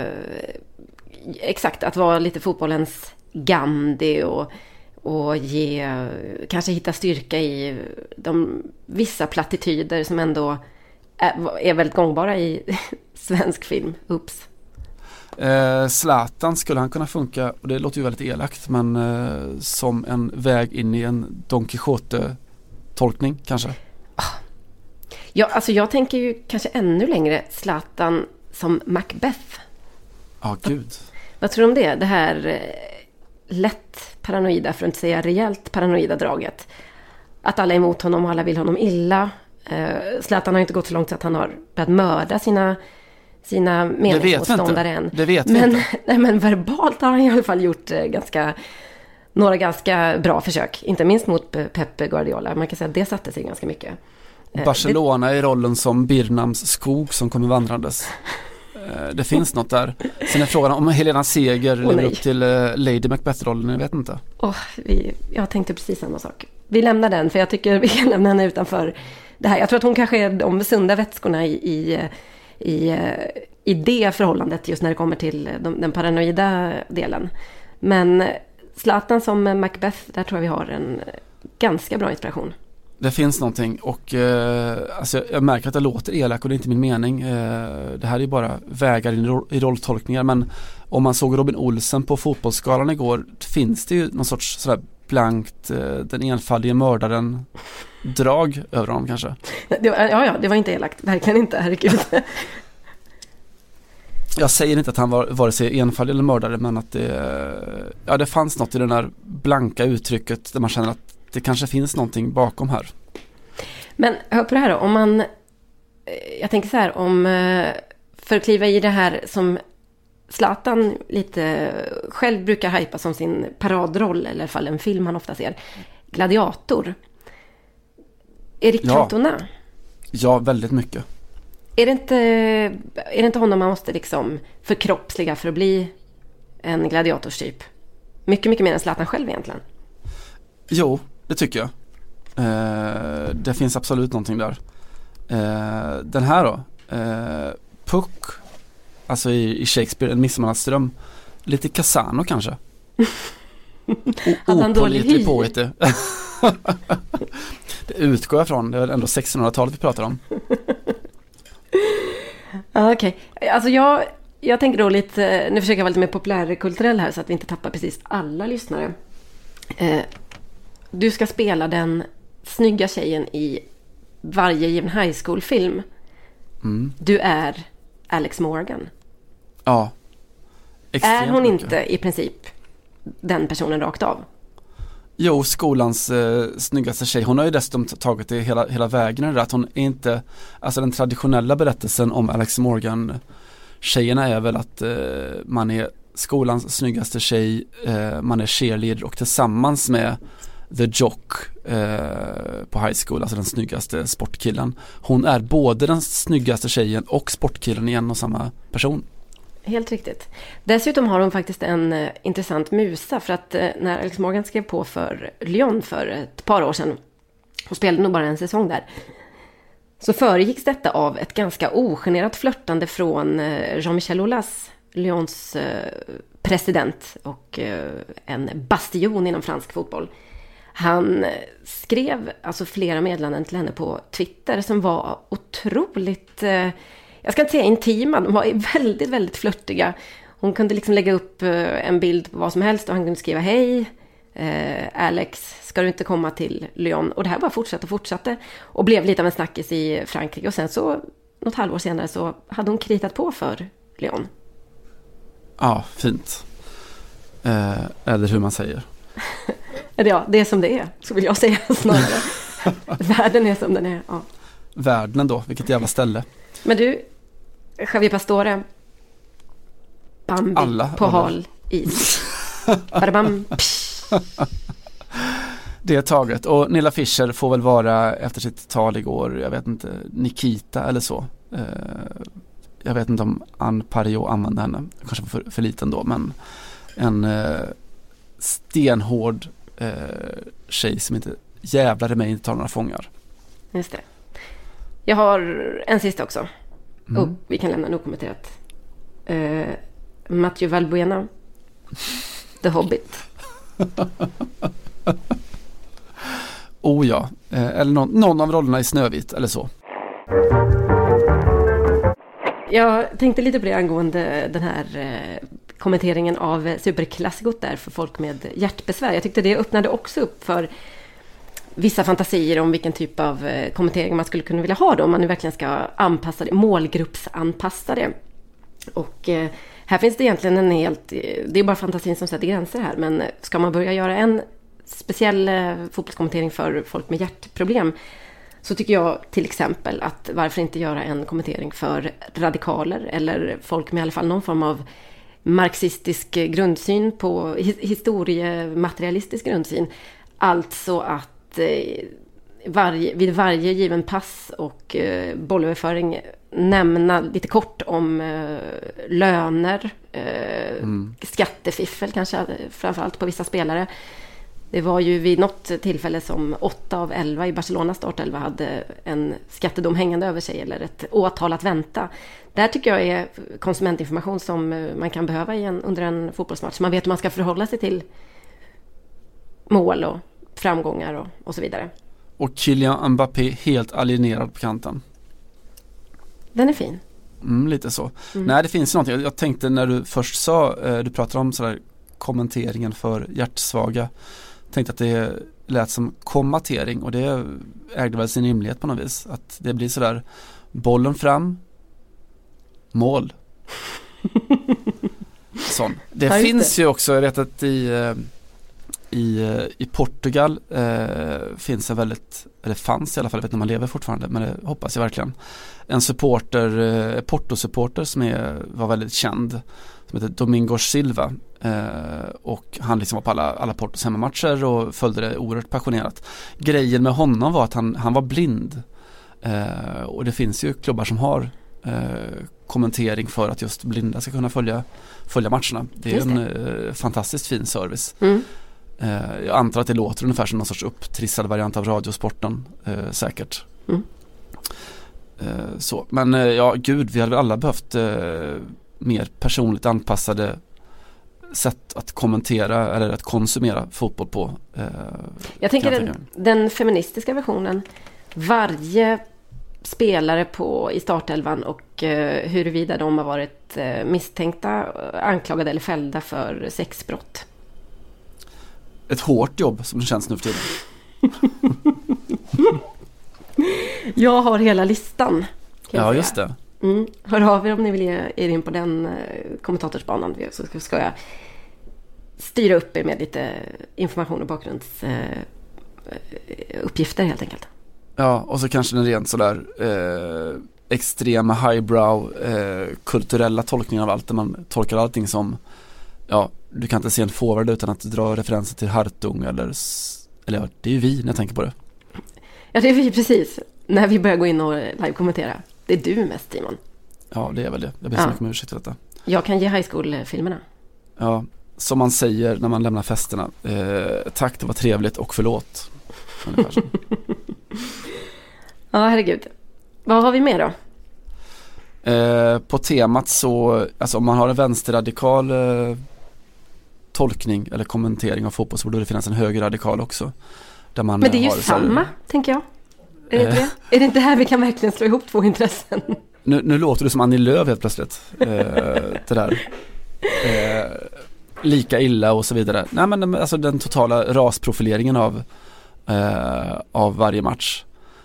exakt, att vara lite fotbollens Gandhi och kanske hitta styrka i vissa plattityder som ändå är väldigt gångbara i svensk film. Ups. Zlatan skulle han kunna funka, och det låter ju väldigt elakt, men som en väg in i en Don Quixote-tolkning kanske? Ja, alltså jag tänker ju kanske ännu längre Zlatan som Macbeth. Ja, gud. Vad tror du om det? Det här lätt paranoida, för att inte säga rejält paranoida draget. Att alla är emot honom och alla vill honom illa. Zlatan har inte gått så långt så att han har börjat mörda sina meningsmotståndare än. Det vet vi inte. Nej, men verbalt har han i alla fall gjort några ganska bra försök. Inte minst mot Pep Guardiola. Man kan säga att det satte sig ganska mycket. Barcelona i rollen som Birnams skog som kommer vandrandes. Det finns något där. Sen är frågan om Helena Seger lever upp till Lady Macbeth-rollen, jag vet inte. Jag tänkte precis samma sak. Vi lämnar den, för jag tycker vi kan lämna henne utanför det här. Jag tror att hon kanske är de sunda vätskorna i det förhållandet, just när det kommer till den paranoida delen. Men Zlatan som Macbeth, där tror jag vi har en ganska bra inspiration. Det finns någonting och alltså jag märker att det låter elak och det är inte min mening. Det här är bara vägar i rolltolkningar, men om man såg Robin Olsen på Fotbollsskalan igår, finns det ju någon sorts sådär blankt den enfaldige mördaren drag över honom kanske. Det var inte elakt, verkligen inte, herregud. Jag säger inte att han var vare sig enfaldig eller mördare, men att det fanns något i det där blanka uttrycket där man känner att det kanske finns någonting bakom här. Men hör på det här då, om man, jag tänker så här, om för att kliva i det här som Zlatan lite själv brukar hypa som sin paradroll, eller i alla fall en film han ofta ser, Gladiator. Erik Cantona. Ja, väldigt mycket. Är det inte honom man måste liksom förkroppsliga för att bli en gladiatorstyp? Mycket, mycket mer än Zlatan själv egentligen. Jo, det tycker jag. Det finns absolut någonting där. Den här då. Puck. Alltså i Shakespeare, En midsommarnattsdröm. Lite Casano kanske. Opålitlig poet. Det utgår jag från. Det är ändå 1600-talet vi pratar om. Okej. Alltså jag tänker då lite, nu försöker jag vara lite mer populärkulturell här så att vi inte tappar precis alla lyssnare. Du ska spela den snygga tjejen i varje given high school-film. Du är Alex Morgan. Ja. Är hon inte i princip den personen rakt av? Jo, skolans snyggaste tjej. Hon har ju dessutom tagit det hela vägen i det, att hon är inte, alltså den traditionella berättelsen om Alex Morgan tjejerna är väl att man är skolans snyggaste tjej, man är cheerleader och tillsammans med the jock på high school, alltså den snyggaste sportkillen. Hon är både den snyggaste tjejen och sportkillen i en och samma person. Helt riktigt. Dessutom har hon faktiskt en intressant musa, för att när Alex Morgan skrev på för Lyon för ett par år sedan, hon spelade nog bara en säsong där, så föregicks detta av ett ganska ogenerat flörtande från Jean-Michel Aulas, Lyons president och en bastion inom fransk fotboll. Han skrev alltså flera meddelanden till henne på Twitter som var otroligt, jag ska inte säga intima, de var väldigt, väldigt flörtiga. Hon kunde liksom lägga upp en bild på vad som helst och han kunde skriva hej, Alex, ska du inte komma till Lyon? Och det här bara fortsatte och blev lite av en snackis i Frankrike. Och sen så, något halvår senare, så hade hon kritat på för Lyon. Ja, fint. Eller hur man säger. Ja, det är som det är, så vill jag säga snarare. Världen är som den är, ja. Världen då, vilket jävla ställe. Men du, Javier Pastore, Bambi alla, på hal is. Badabam, det är taget. Och Nilla Fischer får väl vara, efter sitt tal igår, jag vet inte, Nikita eller så. Jag vet inte om Anne Pario använde henne. Kanske för liten då, men en stenhård tjej som inte jävlar i mig inte tar några fångar. Just det. Jag har en sista också. Vi kan lämna nog kommenterat. Mathieu Valbuena, The Hobbit. Oh ja, eller någon av rollerna i Snövit eller så. Jag tänkte lite på det angående den här kommenteringen av superklassikot där för folk med hjärtbesvär. Jag tyckte det öppnade också upp för vissa fantasier om vilken typ av kommentering man skulle kunna vilja ha då, om man nu verkligen ska anpassa det, målgruppsanpassa det. Och här finns det egentligen det är bara fantasin som sätter gränser här, men ska man börja göra en speciell fotbollskommentering för folk med hjärtproblem, så tycker jag till exempel att varför inte göra en kommentering för radikaler eller folk med i alla fall någon form av marxistisk grundsyn, på historiematerialistisk grundsyn. Alltså att vid varje given pass och bollöverföring nämna lite kort om löner, skattefiffel kanske framförallt på vissa spelare. Det var ju vid något tillfälle som 8 av 11 i Barcelonas startelva hade en skattedom hängande över sig eller ett åtal att vänta. Det här tycker jag är konsumentinformation som man kan behöva under en fotbollsmatch. Man vet hur man ska förhålla sig till mål och framgångar och så vidare. Och Kylian Mbappé helt alienerad på kanten. Den är fin. Lite så. Nej, det finns ju någonting. Jag tänkte när du först sa, du pratade om sådär kommenteringen för hjärtsvaga. Tänkte att det lät som kommatering, och det ägde väl sin rimlighet på något vis. Att det blir sådär, bollen fram, mål. Sån. Det finns ju också, jag vet att i Portugal finns en väldigt, eller fanns i alla fall, jag vet inte om man lever fortfarande, men det hoppas jag verkligen, en supporter, Porto-supporter som var väldigt känd, som heter Domingos Silva, och han liksom var på alla Portos hemmamatcher och följde det oerhört passionerat. Grejen med honom var att han var blind, och det finns ju klubbar som har kommentering för att just blinda ska kunna följa matcherna. Det är en fantastiskt fin service. Jag antar att det låter ungefär som någon sorts upptrissad variant av radiosporten, säkert. Så. Men ja, gud, vi hade väl alla behövt mer personligt anpassade sätt att kommentera eller att konsumera fotboll på. Jag tänker den feministiska versionen, varje spelare i startelvan och huruvida de har varit misstänkta, anklagade eller fällda för sexbrott. Ett hårt jobb som det känns nu för tiden. Jag har hela listan. Ja, just det. Hör av er om ni vill ge er in på den kommentatorsbanan, så ska jag styra upp er med lite information och bakgrundsuppgifter helt enkelt. Ja, och så kanske den rent sådär extrema highbrow kulturella tolkningar av allt, där man tolkar allting som, ja, du kan inte se en forward utan att dra referenser till Hartung eller ja, det är ju vi när jag tänker på det. Ja, det är vi precis. När vi börjar gå in och live-kommentera. Det är du mest, Simon. Ja, det är väl det. Jag ber så mycket om ursäkt för detta. Jag kan ge high school-filmerna. Ja, som man säger när man lämnar festerna. Tack, det var trevligt och förlåt. Ja, herregud. Vad har vi med då? På temat så, alltså om man har en vänsterradikal tolkning eller kommentering av fotboll, så borde det finnas en högerradikal också. Där man men det är ju samma, tänker jag. Är det inte det? Är det inte här vi kan verkligen slå ihop två intressen? Nu låter det som Annie Lööf helt plötsligt. Det där. Lika illa och så vidare. Nej, men alltså den totala rasprofileringen av varje match.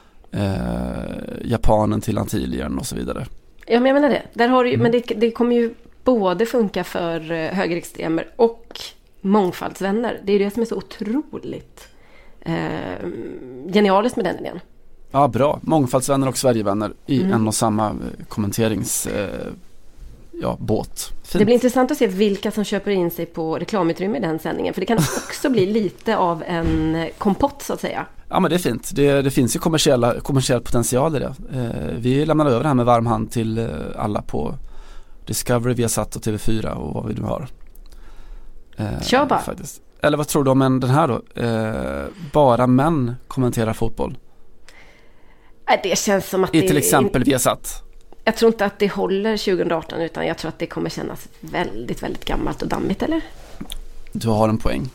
Japanen till Antillen och så vidare. Ja, men jag menar det. Där har du, men det kommer ju både funka för högerextremer och mångfaldsvänner. Det är det som är så otroligt genialiskt med den idén. Ja, bra. Mångfaldsvänner och Sverigevänner i en och samma kommenterings båt. Fint. Det blir intressant att se vilka som köper in sig på reklamutrymme i den sändningen. För det kan också bli lite av en kompott, så att säga. Ja, men det är fint. Det finns ju kommersiell potential i det. Vi lämnar över det här med varm hand till alla på Discovery, Viasat och TV4 och vad vi nu har. Kör bara. Faktiskt. Eller vad tror du om den här då? Bara män kommenterar fotboll. Det känns som att i till exempel Viasat. Jag tror inte att det håller 2018, utan jag tror att det kommer kännas väldigt, väldigt gammalt och dammigt, eller? Du har en poäng.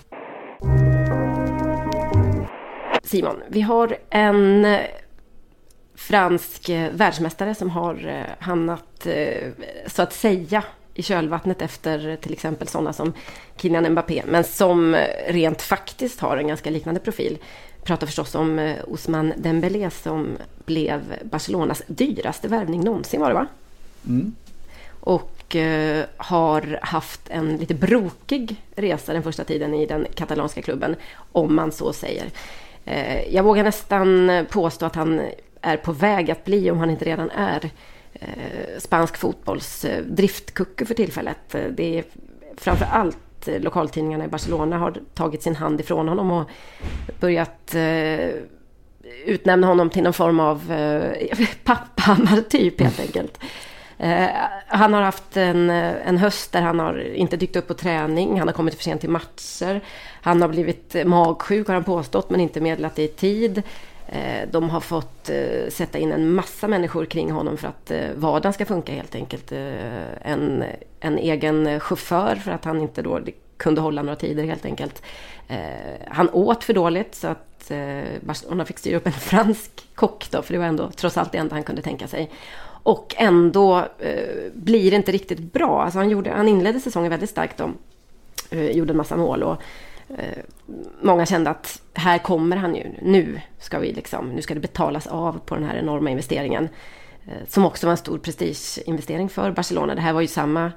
Simon, vi har en fransk världsmästare som har hamnat, så att säga, i kölvattnet efter till exempel sådana som Kylian Mbappé, men som rent faktiskt har en ganska liknande profil. Pratar förstås om Ousmane Dembélé, som blev Barcelonas dyraste värvning någonsin, var det va? Och har haft en lite brokig resa den första tiden i den katalanska klubben, om man så säger. Jag vågar nästan påstå att han är på väg att bli, om han inte redan är, spansk fotbolls driftkucke för tillfället. Det är framför allt lokaltidningarna i Barcelona har tagit sin hand ifrån honom och börjat utnämna honom till någon form av pappahammartyp helt enkelt. Han har haft en höst där han har inte dykt upp på träning, han har kommit för sent till matcher, han har blivit magsjuk har han påstått, men inte meddelat det i tid. De har fått sätta in en massa människor kring honom för att vardagen ska funka helt enkelt. En egen chaufför för att han inte då kunde hålla några tider helt enkelt. Han åt för dåligt så att Barcelona fick styra upp en fransk kock då, för det var ändå trots allt det enda han kunde tänka sig. Och ändå blir det inte riktigt bra. Alltså han inledde säsongen väldigt starkt då. Gjorde en massa mål och många kände att här kommer han ju. Nu ska det betalas av på den här enorma investeringen. Som också var en stor prestigeinvestering för Barcelona. Det här var ju samma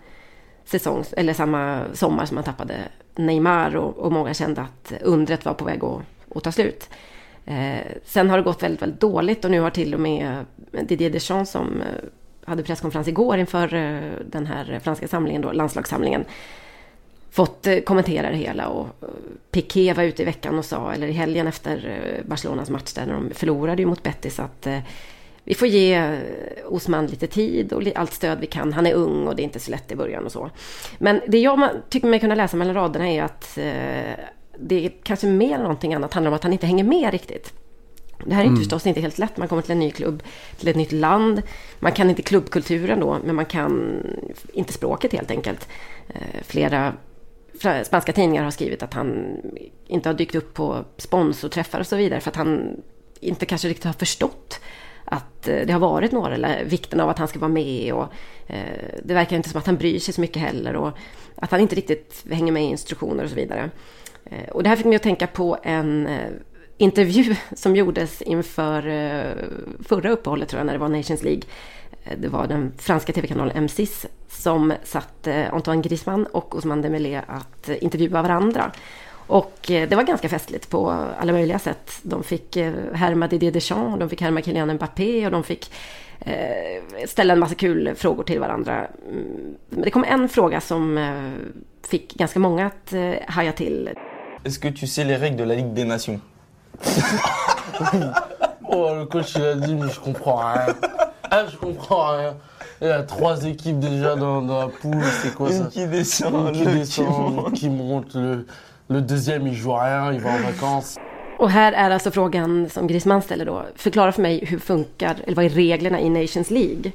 sommar som man tappade Neymar och många kände att undret var på väg att ta slut. Sen har det gått väldigt, väldigt dåligt och nu har till och med Didier Deschamps som hade presskonferens igår inför den här franska samlingen då, landslagssamlingen, fått kommentera det hela och Piqué var ute i veckan och sa, eller i helgen efter Barcelonas match där när de förlorade ju mot Betis, att vi får ge Ousmane lite tid och allt stöd vi kan. Han är ung och det är inte så lätt i början och så. Men det jag tycker mig kunna läsa mellan raderna är att det är kanske mer än någonting annat handlar om att han inte hänger med riktigt. Det här är förstås inte helt lätt. Man kommer till en ny klubb, till ett nytt land. Man kan inte klubbkulturen då, men man kan inte språket helt enkelt. Flera spanska tidningar har skrivit att han inte har dykt upp på sponsorträffar och så vidare för att han inte kanske riktigt har förstått att det har varit några, eller vikten av att han ska vara med, och det verkar inte som att han bryr sig så mycket heller, och att han inte riktigt hänger med i instruktioner och så vidare. Och det här fick mig att tänka på en intervju som gjordes inför förra uppehållet tror jag, när det var Nations League. Det var den franska tv-kanalen M6 som satte Antoine Griezmann och Ousmane Dembélé att intervjua varandra. Och det var ganska festligt på alla möjliga sätt. De fick härma Didier Deschamps, de fick härma Kylian Mbappé och de fick ställa en massa kul frågor till varandra. Men det kom en fråga som fick ganska många att haja till. Est-ce que tu sais les règles de la Ligue des Nations? Oh, le coach il a dit mais je comprends rien. Je comprends rien. Il y a 3 équipes déjà dans la poule, c'est quoi ça? Une qui descend, qui monte. Le deuxième il joue rien, il va en vacances. Och här är alltså frågan som Griezmann ställer då. Förklara för mig hur funkar, eller vad är reglerna i Nations League?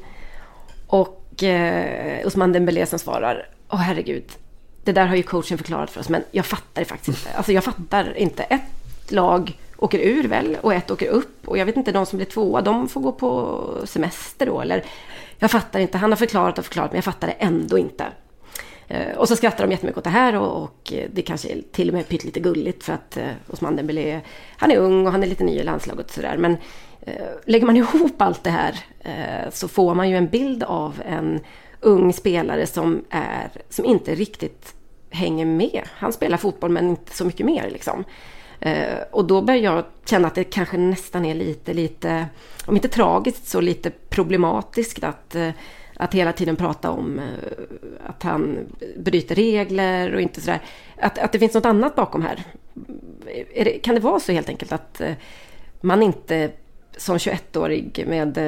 Och Ousmane Dembélé som svarar, herregud, det där har ju coachen förklarat för oss, men jag fattar det faktiskt inte. Alltså jag fattar inte. Ett lag åker ur väl och ett åker upp, och jag vet inte, de som blir tvåa, de får gå på semester då, eller jag fattar inte. Han har förklarat, men jag fattar det ändå inte. Och så skrattar de jättemycket åt det här, och det kanske är till och med pyttelite gulligt för att Ousmane Dembélé, han är ung och han är lite ny i landslaget och sådär. Men lägger man ihop allt det här så får man ju en bild av en ung spelare som inte riktigt hänger med. Han spelar fotboll men inte så mycket mer liksom. Och då börjar jag känna att det kanske nästan är lite om inte tragiskt så lite problematiskt att hela tiden prata om att han bryter regler och inte sådär. Att det finns något annat bakom här. Kan det vara så helt enkelt att man inte som 21-årig med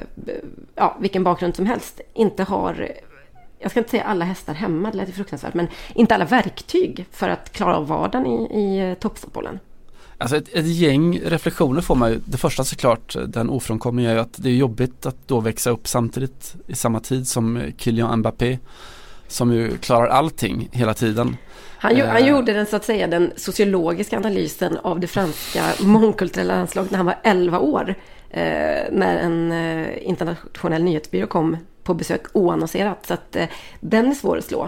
vilken bakgrund som helst inte har, jag ska inte säga alla hästar hemma, det lät fruktansvärt, men inte alla verktyg för att klara av vardagen i toppfotbollen? Alltså ett gäng reflektioner får man ju. Det första såklart, den ofrånkomliga, är ju att det är jobbigt att då växa upp samtidigt i samma tid som Kylian Mbappé, som ju klarar allting hela tiden. Han gjorde den, så att säga, den sociologiska analysen av det franska mångkulturella landslaget när han var 11 år. När en internationell nyhetsbyrå kom på besök oannonserat. Så att den är svår att slå.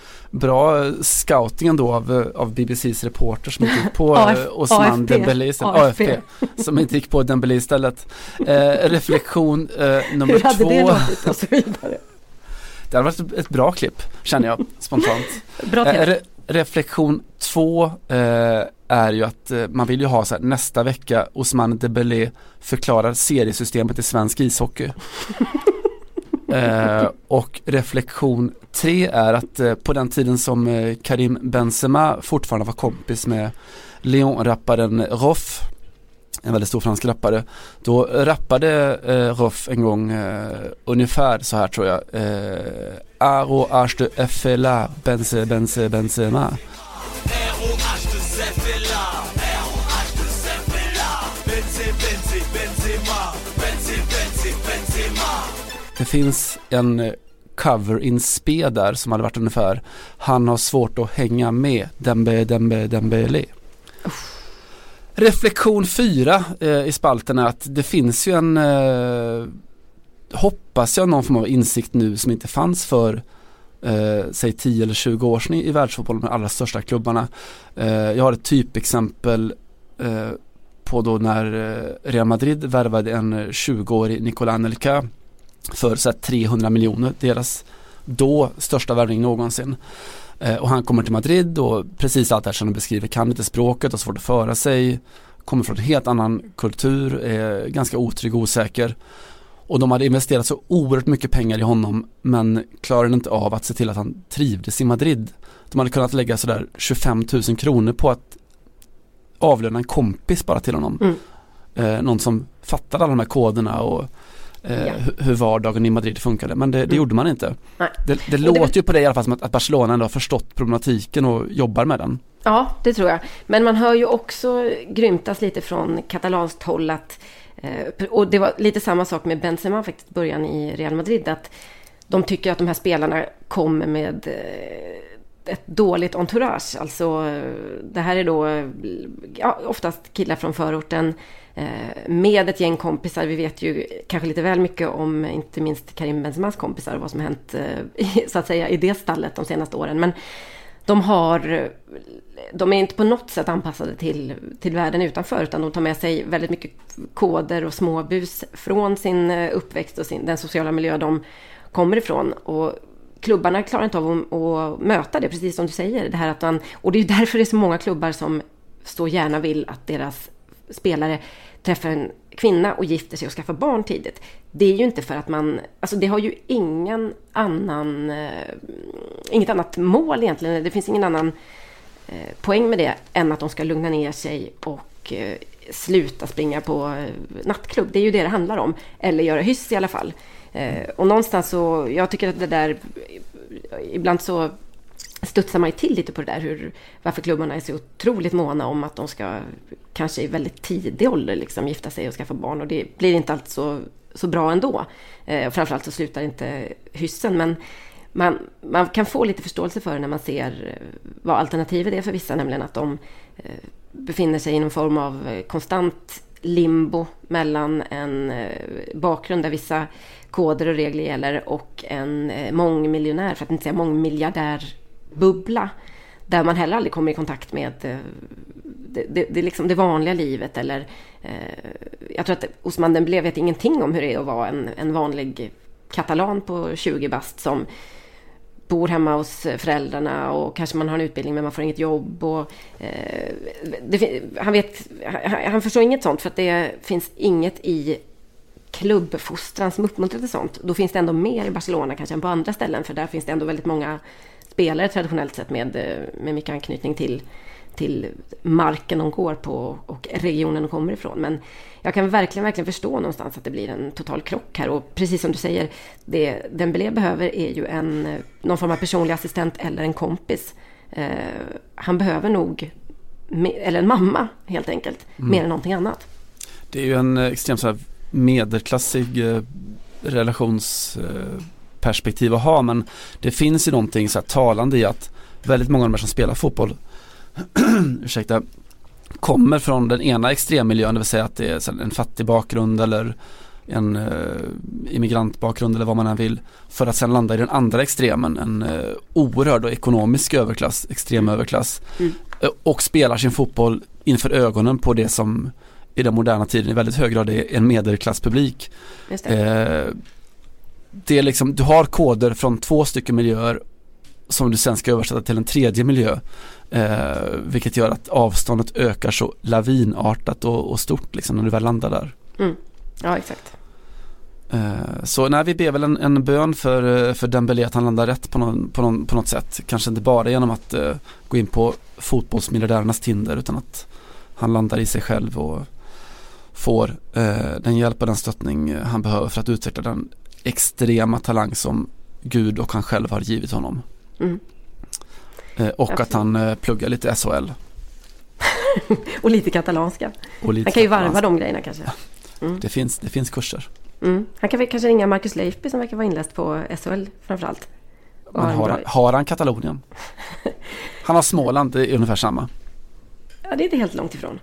Bra scouting då av BBCs reporter som gick på Ousmane Dembélé, AFP, som inte gick på Dembélé istället. Reflektion nummer 2. Hur hade det låtit och så vidare? Det hade varit ett bra klipp, känner jag spontant. Reflektion 2 är ju att man vill ju ha så här, nästa vecka Ousmane Dembélé förklarar seriesystemet i svensk ishockey. Och reflektion 3 är att på den tiden som Karim Benzema fortfarande var kompis med Lyon-rapparen Rof, en väldigt stor fransk rappare, då rappade Rof en gång ungefär så här, tror jag. Aro ashte effela Benzema. Det finns en cover in spe där som hade varit ungefär: han har svårt att hänga med Dembele. Reflektion 4 i spalten är att det finns ju en hoppas jag någon form av insikt nu som inte fanns för säg 10 eller 20 år sedan i världsfotbollen med de allra största klubbarna. Jag har ett typexempel på då när Real Madrid värvade en 20-årig Nicolas Anelka för så 300 miljoner, deras då största värvning någonsin. Och han kommer till Madrid och precis allt det här som du beskriver, kan inte språket och svårt att föra sig, kommer från en helt annan kultur, är ganska otrygg och osäker. Och de hade investerat så oerhört mycket pengar i honom men klarade inte av att se till att han trivdes i Madrid. De hade kunnat lägga sådär 25 000 kronor på att avlöna en kompis bara till honom. Någon som fattade alla de här koderna och hur vardagen i Madrid funkade. Men det gjorde man inte. Det låter ju på det i alla fall som att Barcelona ändå har förstått problematiken och jobbar med den. Ja, det tror jag. Men man hör ju också grymtas lite från katalanskt håll att, och det var lite samma sak med Benzema faktiskt i början i Real Madrid, att de tycker att de här spelarna kommer med ett dåligt entourage. Alltså det här är då oftast killar från förorten med ett gäng kompisar. Vi vet ju kanske lite väl mycket om inte minst Karim Benzemas kompisar och vad som hänt så att säga i det stallet de senaste åren. Men de är inte på något sätt anpassade till världen utanför, utan de tar med sig väldigt mycket koder och småbus från sin uppväxt och den sociala miljö de kommer ifrån. Och klubbarna klarar inte av att möta det, precis som du säger. Det här att och det är därför det är så många klubbar som så gärna vill att deras spelare träffar en kvinna och gifter sig och skaffar barn tidigt. Det är ju inte för att det har ju inget annat mål egentligen. Det finns ingen annan poäng med det än att de ska lugna ner sig och sluta springa på nattklubb. Det är ju det handlar om. Eller göra hyss i alla fall. Och någonstans så, jag tycker att det där, ibland så studsar man till lite på det där, varför klubbarna är så otroligt måna om att de ska kanske i väldigt tidig ålder liksom gifta sig och skaffa barn, och det blir inte allt så bra ändå. Framförallt så slutar inte hyssen, men man kan få lite förståelse för det när man ser vad alternativet är för vissa, nämligen att de befinner sig i någon form av konstant limbo mellan en bakgrund där vissa koder och regler gäller och en mångmiljonär, för att inte säga mångmiljardärbubbla, där man heller aldrig kommer i kontakt med det liksom det vanliga livet. Eller jag tror att Ousmane Dembélé vet ingenting om hur det är att vara en vanlig katalan på 20 bast som bor hemma hos föräldrarna, och kanske man har en utbildning men man får inget jobb, och han förstår inget sånt, för att det finns inget i klubbfostran som uppmuntrar till sånt. Då finns det ändå mer i Barcelona kanske än på andra ställen, för där finns det ändå väldigt många spelare traditionellt sett med mycket anknytning till marken de går på och regionen de kommer ifrån. Men jag kan verkligen förstå någonstans att det blir en total krock här, och precis som du säger, det Dembélé behöver är ju någon form av personlig assistent eller en kompis. Han behöver nog eller en mamma helt enkelt, mer än någonting annat. Det är ju en extremt så här medelklassig relationsperspektiv att ha, men det finns ju någonting så här talande i att väldigt många av de som spelar fotboll kommer från den ena extremmiljön, det vill säga att det är en fattig bakgrund eller en immigrantbakgrund eller vad man än vill, för att sedan landa i den andra extremen, en oerhörd och ekonomisk överklass, extrem överklass, och spelar sin fotboll inför ögonen på det som i den moderna tiden i väldigt hög grad är en medelklasspublik. Just det. Det är liksom, du har koder från 2 stycken miljöer som du sen ska översätta till en tredje miljö, vilket gör att avståndet ökar så lavinartat och stort liksom, när du väl landar där. Ja, exakt. Så när vi ber väl en bön för Dembélé att han landar rätt på något sätt, kanske inte bara genom att gå in på fotbollsmiljardärernas Tinder, utan att han landar i sig själv och får den hjälp och den stöttning han behöver för att utveckla den extrema talang som Gud och han själv har givit honom. Och att han pluggar lite SHL. Och lite katalanska. Han kan ju varva de grejerna kanske. Det finns kurser. Han kan väl kanske ringa Marcus Leifby som verkar vara inläst på SHL framförallt. Har han Katalonien? Han har Småland, det är ungefär samma. Ja, det är inte helt långt ifrån.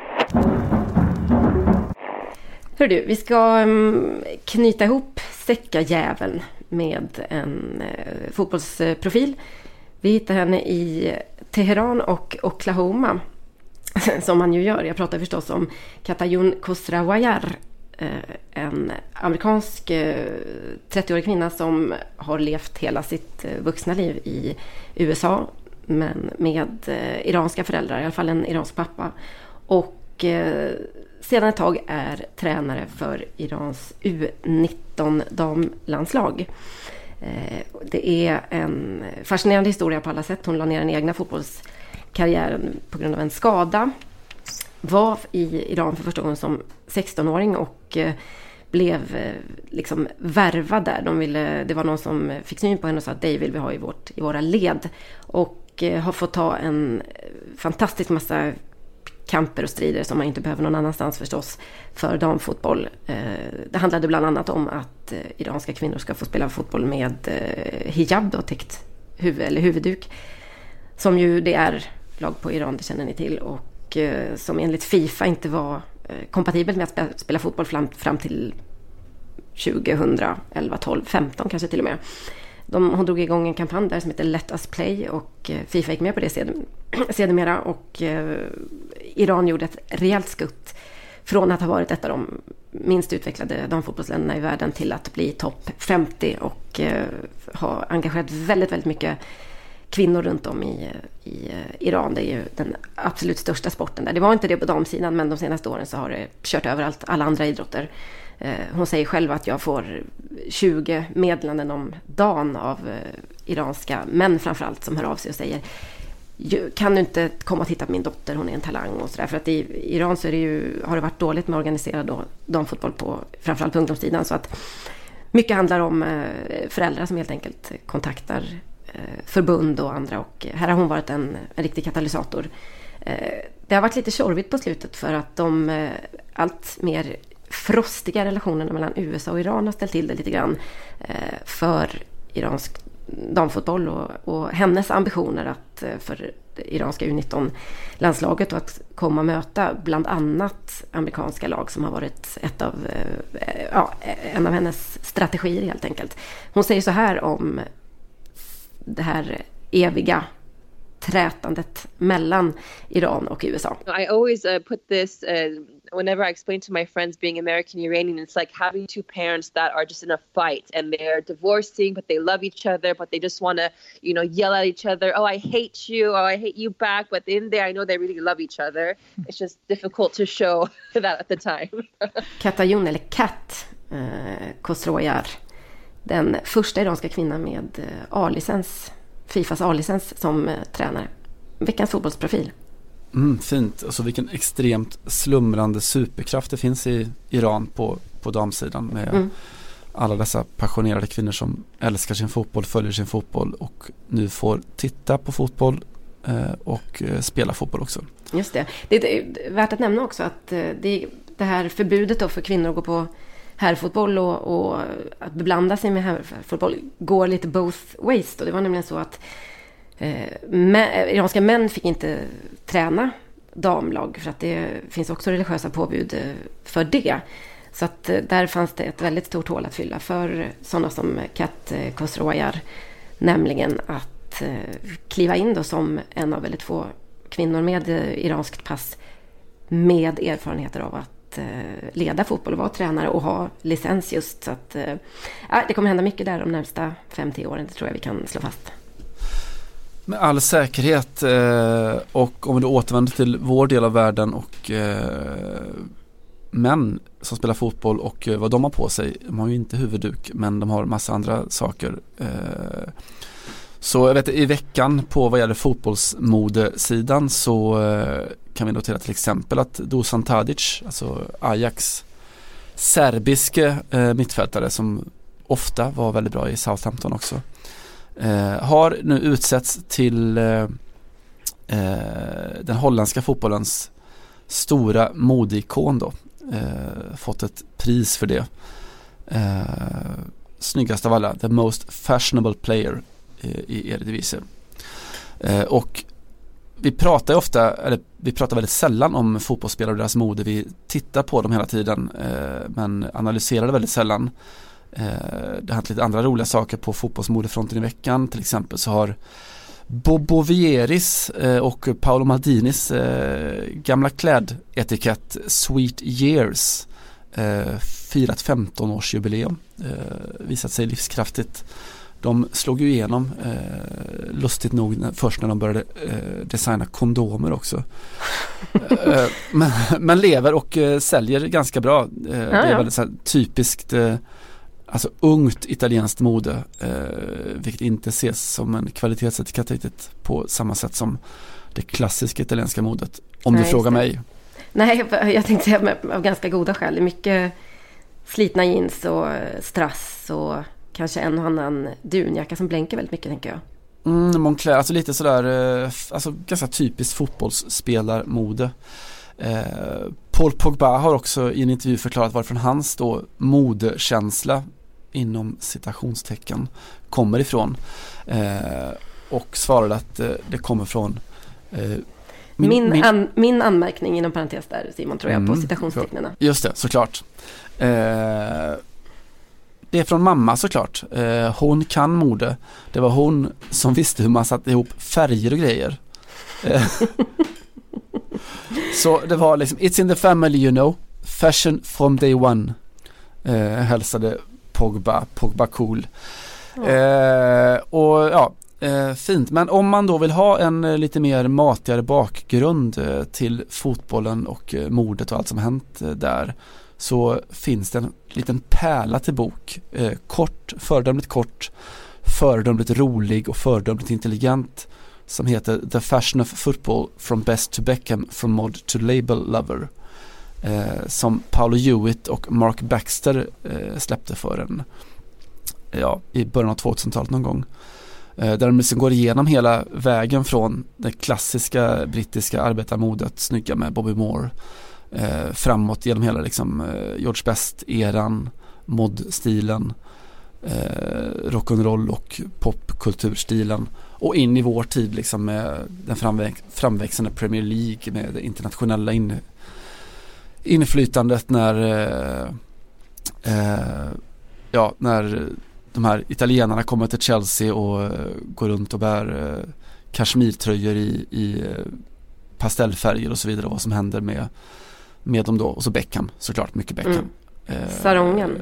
Hör du, vi ska knyta ihop säckajäveln med en fotbollsprofil. Vi hittar henne i Teheran och Oklahoma, som man ju gör. Jag pratar förstås om Katayun Khosrowshahi, en amerikansk 30-årig kvinna som har levt hela sitt vuxna liv i USA, men med iranska föräldrar, i alla fall en iransk pappa. Och sedan ett tag är tränare för Irans U19-damlandslag. Det är en fascinerande historia på alla sätt. Hon la ner den egna fotbollskarriären på grund av en skada. Var i Iran för första gången som 16-åring och blev liksom värvad där. Det var någon som fick syn på henne och sa att dig vill vi ha i våra led. Och har fått ta en fantastisk massa kamper och strider som man inte behöver någon annanstans förstås för damfotboll. Det handlade bland annat om att iranska kvinnor ska få spela fotboll med hijab då, täckt huvudduk, som ju det är lag på Iran, det känner ni till, och som enligt FIFA inte var kompatibelt med att spela fotboll fram till 2011, 12, 15 kanske till och med. Hon drog igång en kampanj där som heter Let Us Play och FIFA gick med på det sedermera, och Iran gjorde ett rejält skutt från att ha varit ett av de minst utvecklade damfotbollsländerna i världen till att bli topp 50 och ha engagerat väldigt, väldigt mycket kvinnor runt om i Iran. Det är ju den absolut största sporten där. Det var inte det på damsidan, men de senaste åren så har det kört överallt, alla andra idrotter. Hon säger själv att jag får 20 meddelanden om dagen av iranska män framförallt som hör av sig och säger: kan du inte komma och titta på min dotter, hon är en talang och sådär. För att i Iran så har det varit dåligt med organiserad damfotboll på framförallt på ungdomssidan, så att mycket handlar om föräldrar som helt enkelt kontaktar förbund och andra, och här har hon varit en riktig katalysator. Det har varit lite tjorvigt på slutet för att de allt mer frostiga relationerna mellan USA och Iran har ställt till det lite grann för iransk damfotboll och hennes ambitioner att för det iranska U19-landslaget och att komma och möta bland annat amerikanska lag som har varit en av hennes strategier helt enkelt. Hon säger så här om det här eviga trätandet mellan Iran och USA. I always put this whenever I explain to my friends being American Iranian, it's like having two parents that are just in a fight and they're divorcing, but they love each other, but they just want to, yell at each other. Oh, I hate you. Oh, I hate you back. But in there, I know they really love each other. It's just difficult to show that at the time. Katayun, eller Kat Khosrowshahi, den första iranska kvinnan med A-licens, FIFAs A-licens som tränare. Veckans fotbollsprofil. Fint. Alltså vilken extremt slumrande superkraft det finns i Iran på damsidan med alla dessa passionerade kvinnor som älskar sin fotboll, följer sin fotboll och nu får titta på fotboll och spela fotboll också. Just det. Det är värt att nämna också att det här förbudet då för kvinnor att gå på herrfotboll och att beblanda sig med herrfotboll går lite both ways. Och det var nämligen så att iranska män fick inte träna damlag för att det finns också religiösa påbud för det. Så att där fanns det ett väldigt stort hål att fylla för sådana som Kat Khosrowshahi, nämligen att kliva in då som en av väldigt få kvinnor med iranskt pass med erfarenheter av att leda fotboll och vara tränare och ha licens just. Så att det kommer hända mycket där de närmsta 5-10 åren, det tror jag vi kan slå fast. Med all säkerhet, och om vi då återvänder till vår del av världen och män som spelar fotboll och vad de har på sig, de har ju inte huvudduk men de har massa andra saker. Så jag vet i veckan på vad gäller fotbollsmodesidan så kan vi notera till exempel att Dusan Tadic, alltså Ajax serbiske mittfältare som ofta var väldigt bra i Southampton också, har nu utsetts till den holländska fotbollens stora modeikon då. Fått ett pris för det. Snyggast av alla, the most fashionable player i Eredivisie. Och vi pratar väldigt sällan om fotbollsspelare och deras mode. Vi tittar på dem hela tiden, men analyserar det väldigt sällan. Det har hänt lite andra roliga saker på fotbollsmodefronten i veckan. Till exempel så har Bobo Vieris och Paolo Maldinis gamla klädetikett Sweet Years firat 15-årsjubileum. Visat sig livskraftigt. De slog ju igenom lustigt nog först när de började designa kondomer också. Men lever och säljer ganska bra. Det är väldigt så här, typiskt alltså ungt italienskt mode, vilket inte ses som en kvalitetsetikett riktigt på samma sätt som det klassiska italienska modet, om du frågar mig. Nej, jag tänkte säga av ganska goda skäl. Mycket slitna jeans och strass och kanske en och annan dunjacka som blänker väldigt mycket, tänker jag. Moncler, alltså lite sådär, alltså ganska typiskt fotbollsspelarmode. Paul Pogba har också i en intervju förklarat varifrån hans då modekänsla inom citationstecken kommer ifrån, och svarade att det kommer från min anmärkning inom parentes där, Simon, tror jag, på citationstecknen. Just det, såklart. Det är från mamma, såklart. Hon kan mode. Det var hon som visste hur man satte ihop färger och grejer. Så det var liksom it's in the family, you know. Fashion from day one. Hälsade Pogba cool. Och ja, fint. Men om man då vill ha en lite mer matigare bakgrund till fotbollen och modet och allt som hänt där, så finns det en liten pärla till bok. Föredömligt rolig och föredömligt intelligent, som heter The Fashion of Football from Best to Beckham, from Mod to Label Lover, som Paolo Hewitt och Mark Baxter släppte för i början av 2000-talet någon gång, där de liksom går igenom hela vägen från det klassiska brittiska arbetarmodet, snygga med Bobby Moore, framåt genom hela liksom George Best-eran, modstilen, rock'n'roll och popkulturstilen, och in i vår tid liksom med den framväxande Premier League, med det internationella inflytandet när de här italienarna kommer till Chelsea och går runt och bär kashmirtröjor i pastellfärger och så vidare, vad som händer med dem då. Och så Beckham, såklart, mycket Beckham. Sarongen.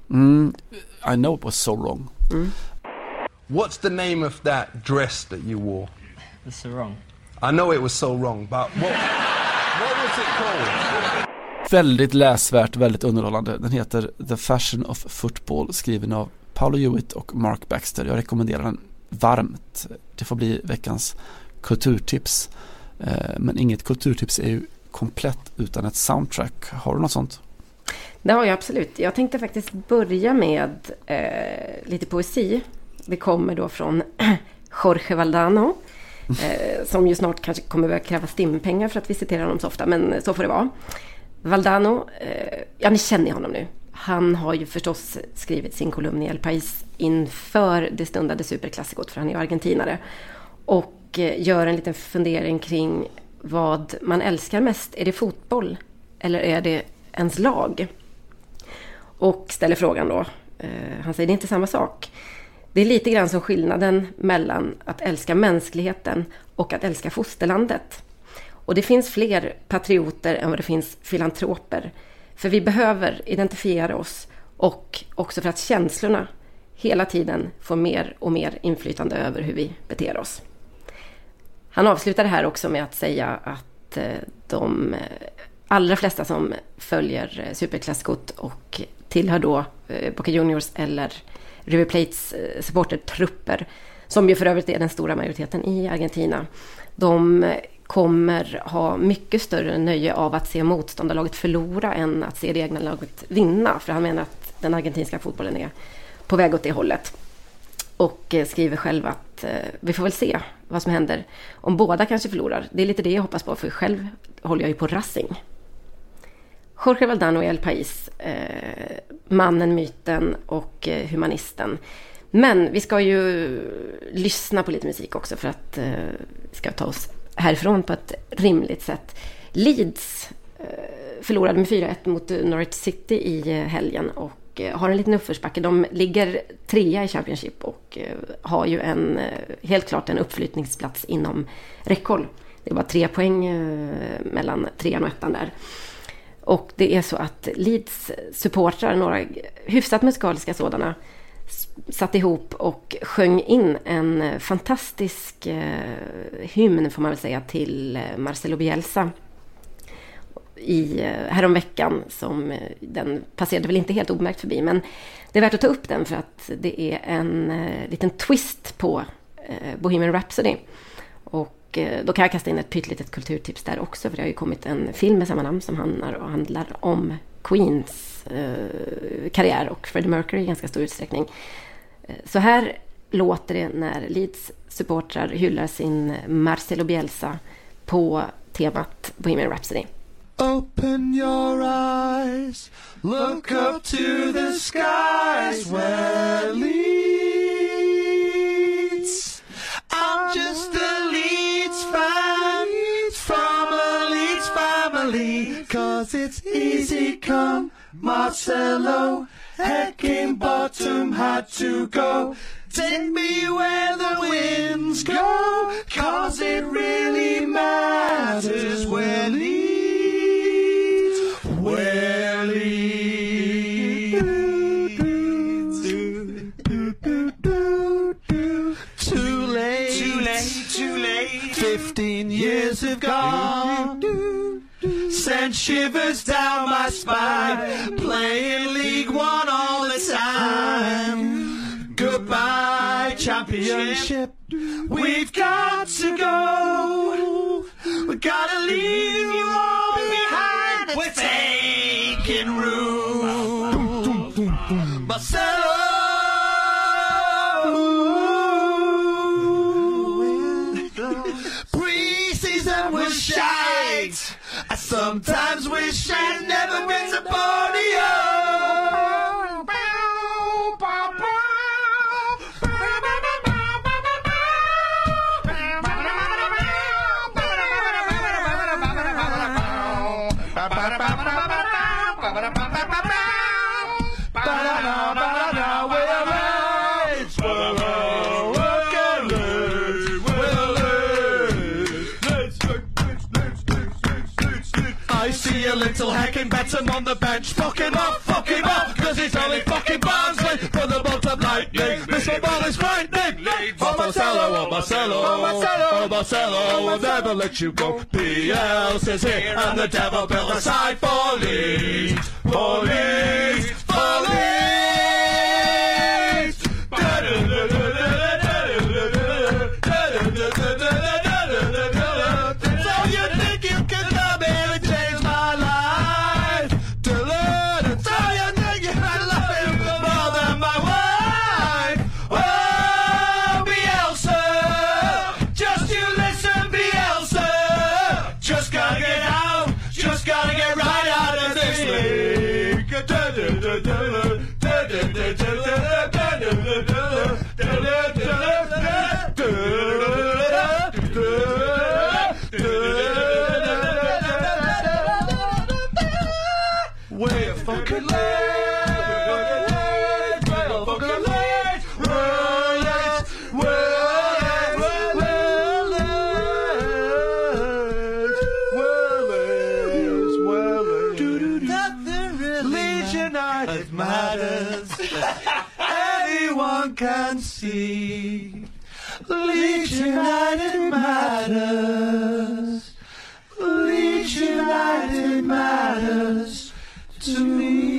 I know it was so wrong. What's the name of that dress that you wore? The sarong. I know it was so wrong, but what was it called? Väldigt läsvärt, väldigt underhållande. Den heter The Fashion of Football, skriven av Paolo Hewitt och Mark Baxter. Jag rekommenderar den varmt. Det får bli veckans kulturtips. Men inget kulturtips är ju komplett utan ett soundtrack. Har du något sånt? Det har jag absolut. Jag tänkte faktiskt börja med lite poesi. Det kommer då från Jorge Valdano, som ju snart kanske kommer börja kräva stimpengar för att vi citerar honom så ofta, men så får det vara. Valdano, ni känner honom nu. Han har ju förstås skrivit sin kolumn i El País inför det stundade superklassikot, för han är ju argentinare, och gör en liten fundering kring vad man älskar mest. Är det fotboll eller är det ens lag? Och ställer frågan då. Han säger det är inte samma sak. Det är lite grann som skillnaden mellan att älska mänskligheten och att älska fosterlandet. Och det finns fler patrioter än vad det finns filantroper. För vi behöver identifiera oss, och också för att känslorna hela tiden får mer och mer inflytande över hur vi beter oss. Han avslutar det här också med att säga att de allra flesta som följer superklassikot och tillhör då Boca Juniors eller River Plates supportertrupper, som ju för övrigt är den stora majoriteten i Argentina, de kommer ha mycket större nöje av att se motståndarlaget förlora än att se det egna laget vinna. För han menar att den argentinska fotbollen är på väg åt det hållet. Och skriver själv att vi får väl se vad som händer om båda kanske förlorar. Det är lite det jag hoppas på, för själv håller jag ju på Racing. Jorge Valdano i El País, mannen, myten och humanisten. Men vi ska ju lyssna på lite musik också för att vi ska ta oss härifrån på ett rimligt sätt. Leeds förlorade med 4-1 mot Norwich City i helgen och har en liten uppförsbacke. De ligger 3 i Championship och har ju helt klart en uppflyttningsplats inom räckhåll. Det är bara 3 poäng mellan 3 och 1 där. Och det är så att Leeds supportrar, några hyfsat musikaliska sådana, satt ihop och sjöng in en fantastisk hymn, får man väl säga, till Marcelo Bielsa häromveckan. Den passerade väl inte helt obemärkt förbi, men det är värt att ta upp den för att det är en liten twist på Bohemian Rhapsody. Och då kan jag kasta in ett pyttlitet kulturtips där också, för det har ju kommit en film med samma namn som handlar om Queens karriär och Freddie Mercury i ganska stor utsträckning. Så här låter det när Leeds supportrar hyllar sin Marcelo Bielsa på temat Bohemian Rhapsody. Open your eyes, look up to the skies where Leeds. I'm just a Leeds fan from a Leeds family, 'cause it's easy come Marcelo, Heckingbottom had to go. Take me where the winds go, 'cause it really matters where Leeds, where Leeds. Too late, too late, too late. 15 years have gone, sent shivers down my spine, playing League One all the time. Goodbye, Championship, we've got to go. We gotta leave you all behind. We're taking room. Marcelo, pre-season was shite. I sometimes wish I'd never been to Borneo. Little Heckingbottom on the bench, fuck him up, 'cause he's only fucking Barnsley for the bottom lightning. This football is frightening. Oh Marcelo, oh Marcelo, oh Marcelo, oh Marcelo, we'll never let you go. Bielsa's here and the devil built a side for Leeds, for Leeds, for Leeds. So you think you can come here and change my life? So you think you can love him more than my wife? Oh, Bielsa, just you listen, Bielsa. Just gotta get out, just gotta get right out of this league. We're fucking late, we're fucking late, we're late, we're late. Nothing really Leeds United matters. Anyone can see. Leeds United matters. Leeds United matters to me.